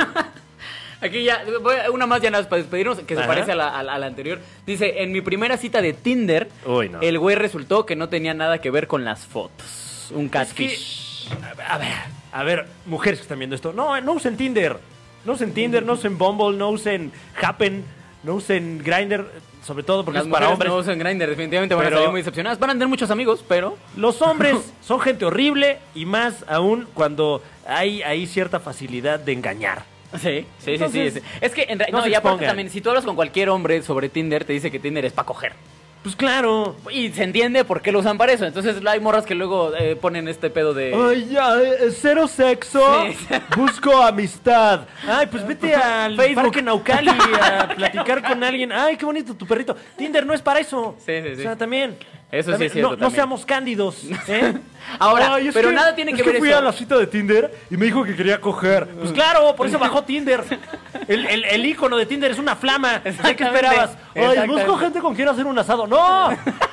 aquí ya, una más ya nada más para despedirnos, que se Ajá. parece a la anterior. Dice, en mi primera cita de Tinder, Uy, no. el güey resultó que no tenía nada que ver con las fotos. Un catfish. A ver, mujeres que están viendo esto, no usen Tinder. No usen Tinder, no usen Bumble, no usen Happen, no usen Grindr, sobre todo porque Las es para mujeres hombres. no usan Grindr, definitivamente van a Pero- salir muy decepcionadas. Van a tener muchos amigos, pero... Los hombres son gente horrible y más aún cuando hay cierta facilidad de engañar. Sí. Entonces, Es que, no no, se y aparte expongan. también, si tú hablas con cualquier hombre sobre Tinder, te dice que Tinder es para coger. Pues claro. Y se entiende por qué lo usan para eso. Entonces hay morras que luego ponen este pedo de... Ay, ya, cero sexo, Sí. busco amistad. Ay, pues vete al Facebook. Parque Naucali a platicar con alguien. Ay, qué bonito tu perrito. Tinder no es para eso. Sí. O sea, también. Eso sí también, es cierto No también. seamos cándidos, ¿eh? Ahora, Ay, es pero que- nada tiene que es ver fui eso. a la cita de Tinder y me dijo que quería coger. Pues claro, por eso bajó Tinder. El ícono de Tinder es una flama. ¿Qué Exactamente. esperabas? Ay, Exactamente. busco gente con quien hacer un asado. ¡No!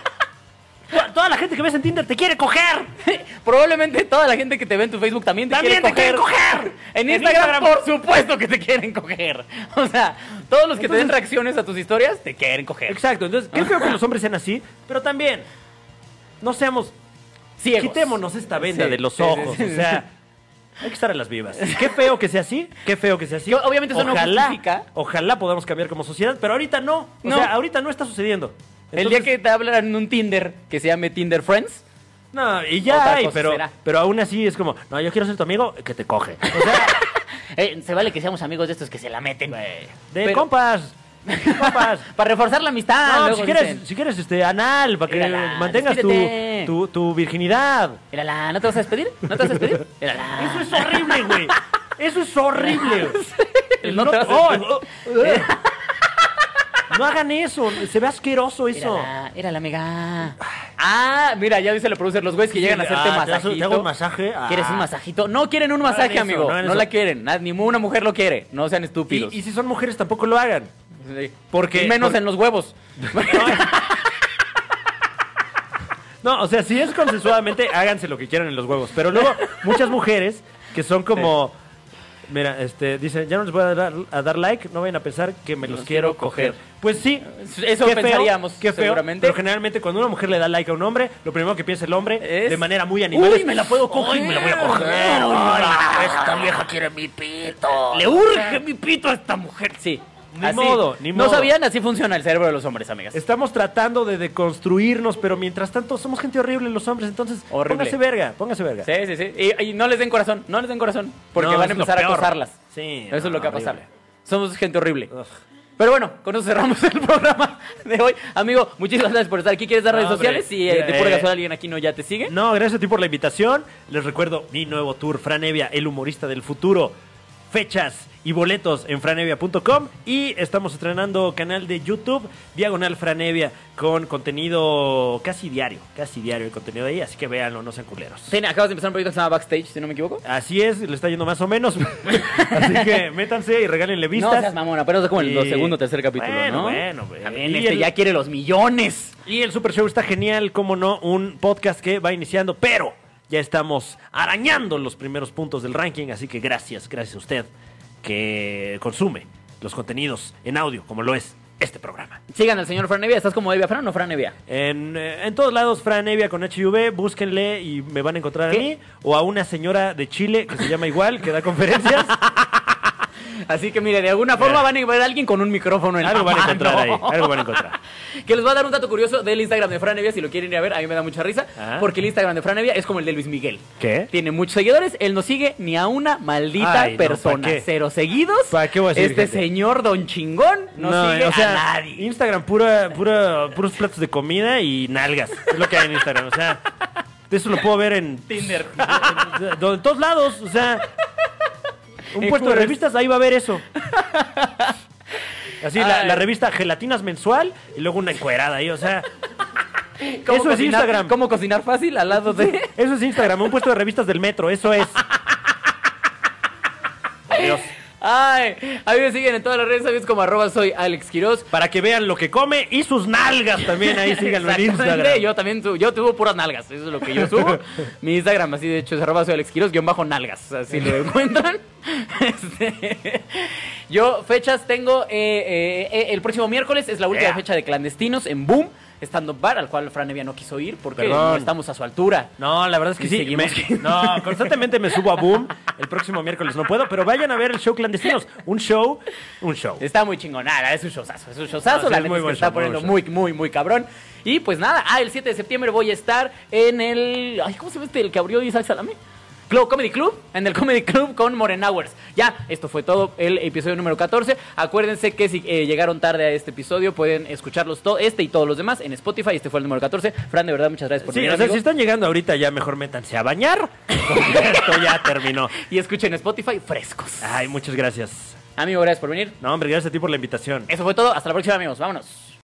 Toda la gente que ves en Tinder te quiere coger. Probablemente toda la gente que te ve en tu Facebook también te También quiere te coger. quieren coger. En En Instagram, Instagram. por supuesto que te quieren coger. O sea, todos los que te den Entonces- reacciones a tus historias te quieren coger. Exacto, entonces, qué feo que los hombres sean así, pero también, no seamos, Ciegos. quitémonos esta venda Sí, de los sí, ojos, sí, o sea, hay que estar en las vivas. Qué feo que sea así, qué feo que sea así. Que obviamente eso no justifica. Ojalá podamos cambiar como sociedad, pero ahorita no, o No. sea, ahorita no está sucediendo. El día Entonces, que te hablan en un Tinder que se llame Tinder Friends. No, y Otra ya hay, cosa pero, será. pero aún así es como, no, yo quiero ser tu amigo, que te coge. O sea, Se vale que seamos amigos de estos que se la meten. de Pero- compas, compas. Para reforzar la amistad. No, luego si quieres, dicen, si quieres anal, para que Mírala, mantengas despídete. tu virginidad. Mírala, ¿no te vas a despedir? ¿No te vas a despedir? Mírala. Eso es horrible, güey. Eso es horrible. No te vas a oh, despedir. no hagan eso. Se ve asqueroso eso. Era la amiga. Ah, mira, ya dice el producer, los güeyes que llegan a hacerte masajito. ¿Te hago un masaje? ¿Quieres un masajito? No quieren un masaje, eso, amigo. no hagan No eso. la quieren. Ninguna mujer lo quiere. No sean estúpidos. Y si son mujeres, tampoco lo hagan. Sí. Porque- Y menos porque- en los huevos. No, o sea, si es consensuadamente, háganse lo que quieran en los huevos. Pero luego, muchas mujeres que son como... Mira, dicen, ya no les voy a dar like, no vayan a pensar que me los quiero coger. Pues sí, Eso qué pensaríamos, qué feo, seguramente. Pero generalmente cuando una mujer le da like a un hombre, lo primero que piensa el hombre, Es- de manera muy animal, Uy, es, me la puedo coger. "Ay, me la voy a coger. Ay, esta vieja quiere mi pito. Le urge mi pito a esta mujer. Sí. Ni modo, ni ¿No modo. sabían? Así funciona el cerebro de los hombres, amigas. Estamos tratando de deconstruirnos, pero mientras tanto somos gente horrible los hombres, entonces Horrible. póngase verga. Sí. Y no les den corazón, no les den corazón. Porque No, van a es lo empezar a peor. acosarlas. Sí, Eso es lo que va a pasar. horrible. Somos gente horrible. Ugh. Pero bueno, con eso cerramos el programa de hoy. Amigo, muchísimas gracias por estar aquí. ¿Quieres dar redes No, hombre. sociales? Si de pura casualidad alguien aquí no ya te sigue. No, gracias a ti por la invitación. Les recuerdo mi nuevo tour, Fran Evia, el humorista del futuro. Fechas y boletos en franevia.com. Y estamos estrenando canal de YouTube, Diagonal Franevia, con contenido casi diario el contenido de ahí. Así que véanlo, no sean culeros. Sí, acabas de empezar un proyecto que se llama Backstage, si no me equivoco. Así es, le está yendo más o menos. Así que métanse y regálenle No vistas. seas mamona, apenas como el Y- segundo o tercer capítulo, Bueno, ¿no? bueno, También y este ya quiere los millones. Y el Super Show está genial, como no, un podcast que va iniciando, pero ya estamos arañando los primeros puntos del ranking, así que gracias a usted que consume los contenidos en audio, como lo es este programa. Sigan al señor Fran Evia. ¿Estás como Evia Fran o Fran Evia? En todos lados, Fran Evia con HV, búsquenle y me van a encontrar a ¿Qué? mí, o a una señora de Chile que se llama igual, que da conferencias. Así que mire, de alguna forma van a ver a alguien con un micrófono en la mano. Algo van a encontrar ahí, algo van a encontrar. Que les voy a dar un dato curioso del Instagram de Fran Evia, si lo quieren ir a ver, a mí me da mucha risa, porque el Instagram de Fran Evia es como el de Luis Miguel. ¿Qué? Tiene muchos seguidores, él no sigue ni a una maldita persona. ¿para qué? 0 seguidos. ¿Para qué voy a seguir Este gente? señor Don Chingón no sigue a nadie. Instagram puros platos de comida y nalgas. Es lo que hay en Instagram, o sea, eso lo puedo ver en Tinder. en todos lados, o sea, un puesto de revistas, ahí va a haber eso. Así, la revista Gelatinas Mensual y luego una encuerada ahí, o sea. Eso es Instagram. ¿Cómo cocinar fácil al lado de...? Eso es Instagram, un puesto de revistas del metro, eso es. Dios. Ay, a mí me siguen en todas las redes sociales como @soy Alex Quiroz. Para que vean lo que come y sus nalgas también, ahí síganlo en Instagram. Yo también yo subo puras nalgas, eso es lo que yo subo. Mi Instagram, así de hecho, es @soy Alex Quiroz, _nalgas, así lo encuentran. Yo fechas tengo, el próximo miércoles es la última fecha de Clandestinos en Boom, stand-up bar, al cual Fran Evia no quiso ir porque no estamos a su altura. No, la verdad es que sí. No, constantemente me subo a Boom. El próximo miércoles no puedo, pero vayan a ver el show Clandestinos. Un show. Está muy chingona, es un showzazo. La neta es que está poniendo muy cabrón. Y pues nada, el 7 de septiembre voy a estar en el... ¿cómo se llama el que abrió Isaac Salame? Comedy Club, en el Comedy Club con Morenauers. Ya, esto fue todo el episodio número 14. Acuérdense que si llegaron tarde a este episodio, pueden escucharlos y todos los demás en Spotify. Este fue el número 14. Fran, de verdad, muchas gracias por venir. Sí, o sea, si están llegando ahorita, ya mejor métanse a bañar, porque esto ya terminó. Y escuchen Spotify frescos. Ay, muchas gracias. Amigo, gracias por venir. No, hombre, gracias a ti por la invitación. Eso fue todo. Hasta la próxima, amigos. Vámonos.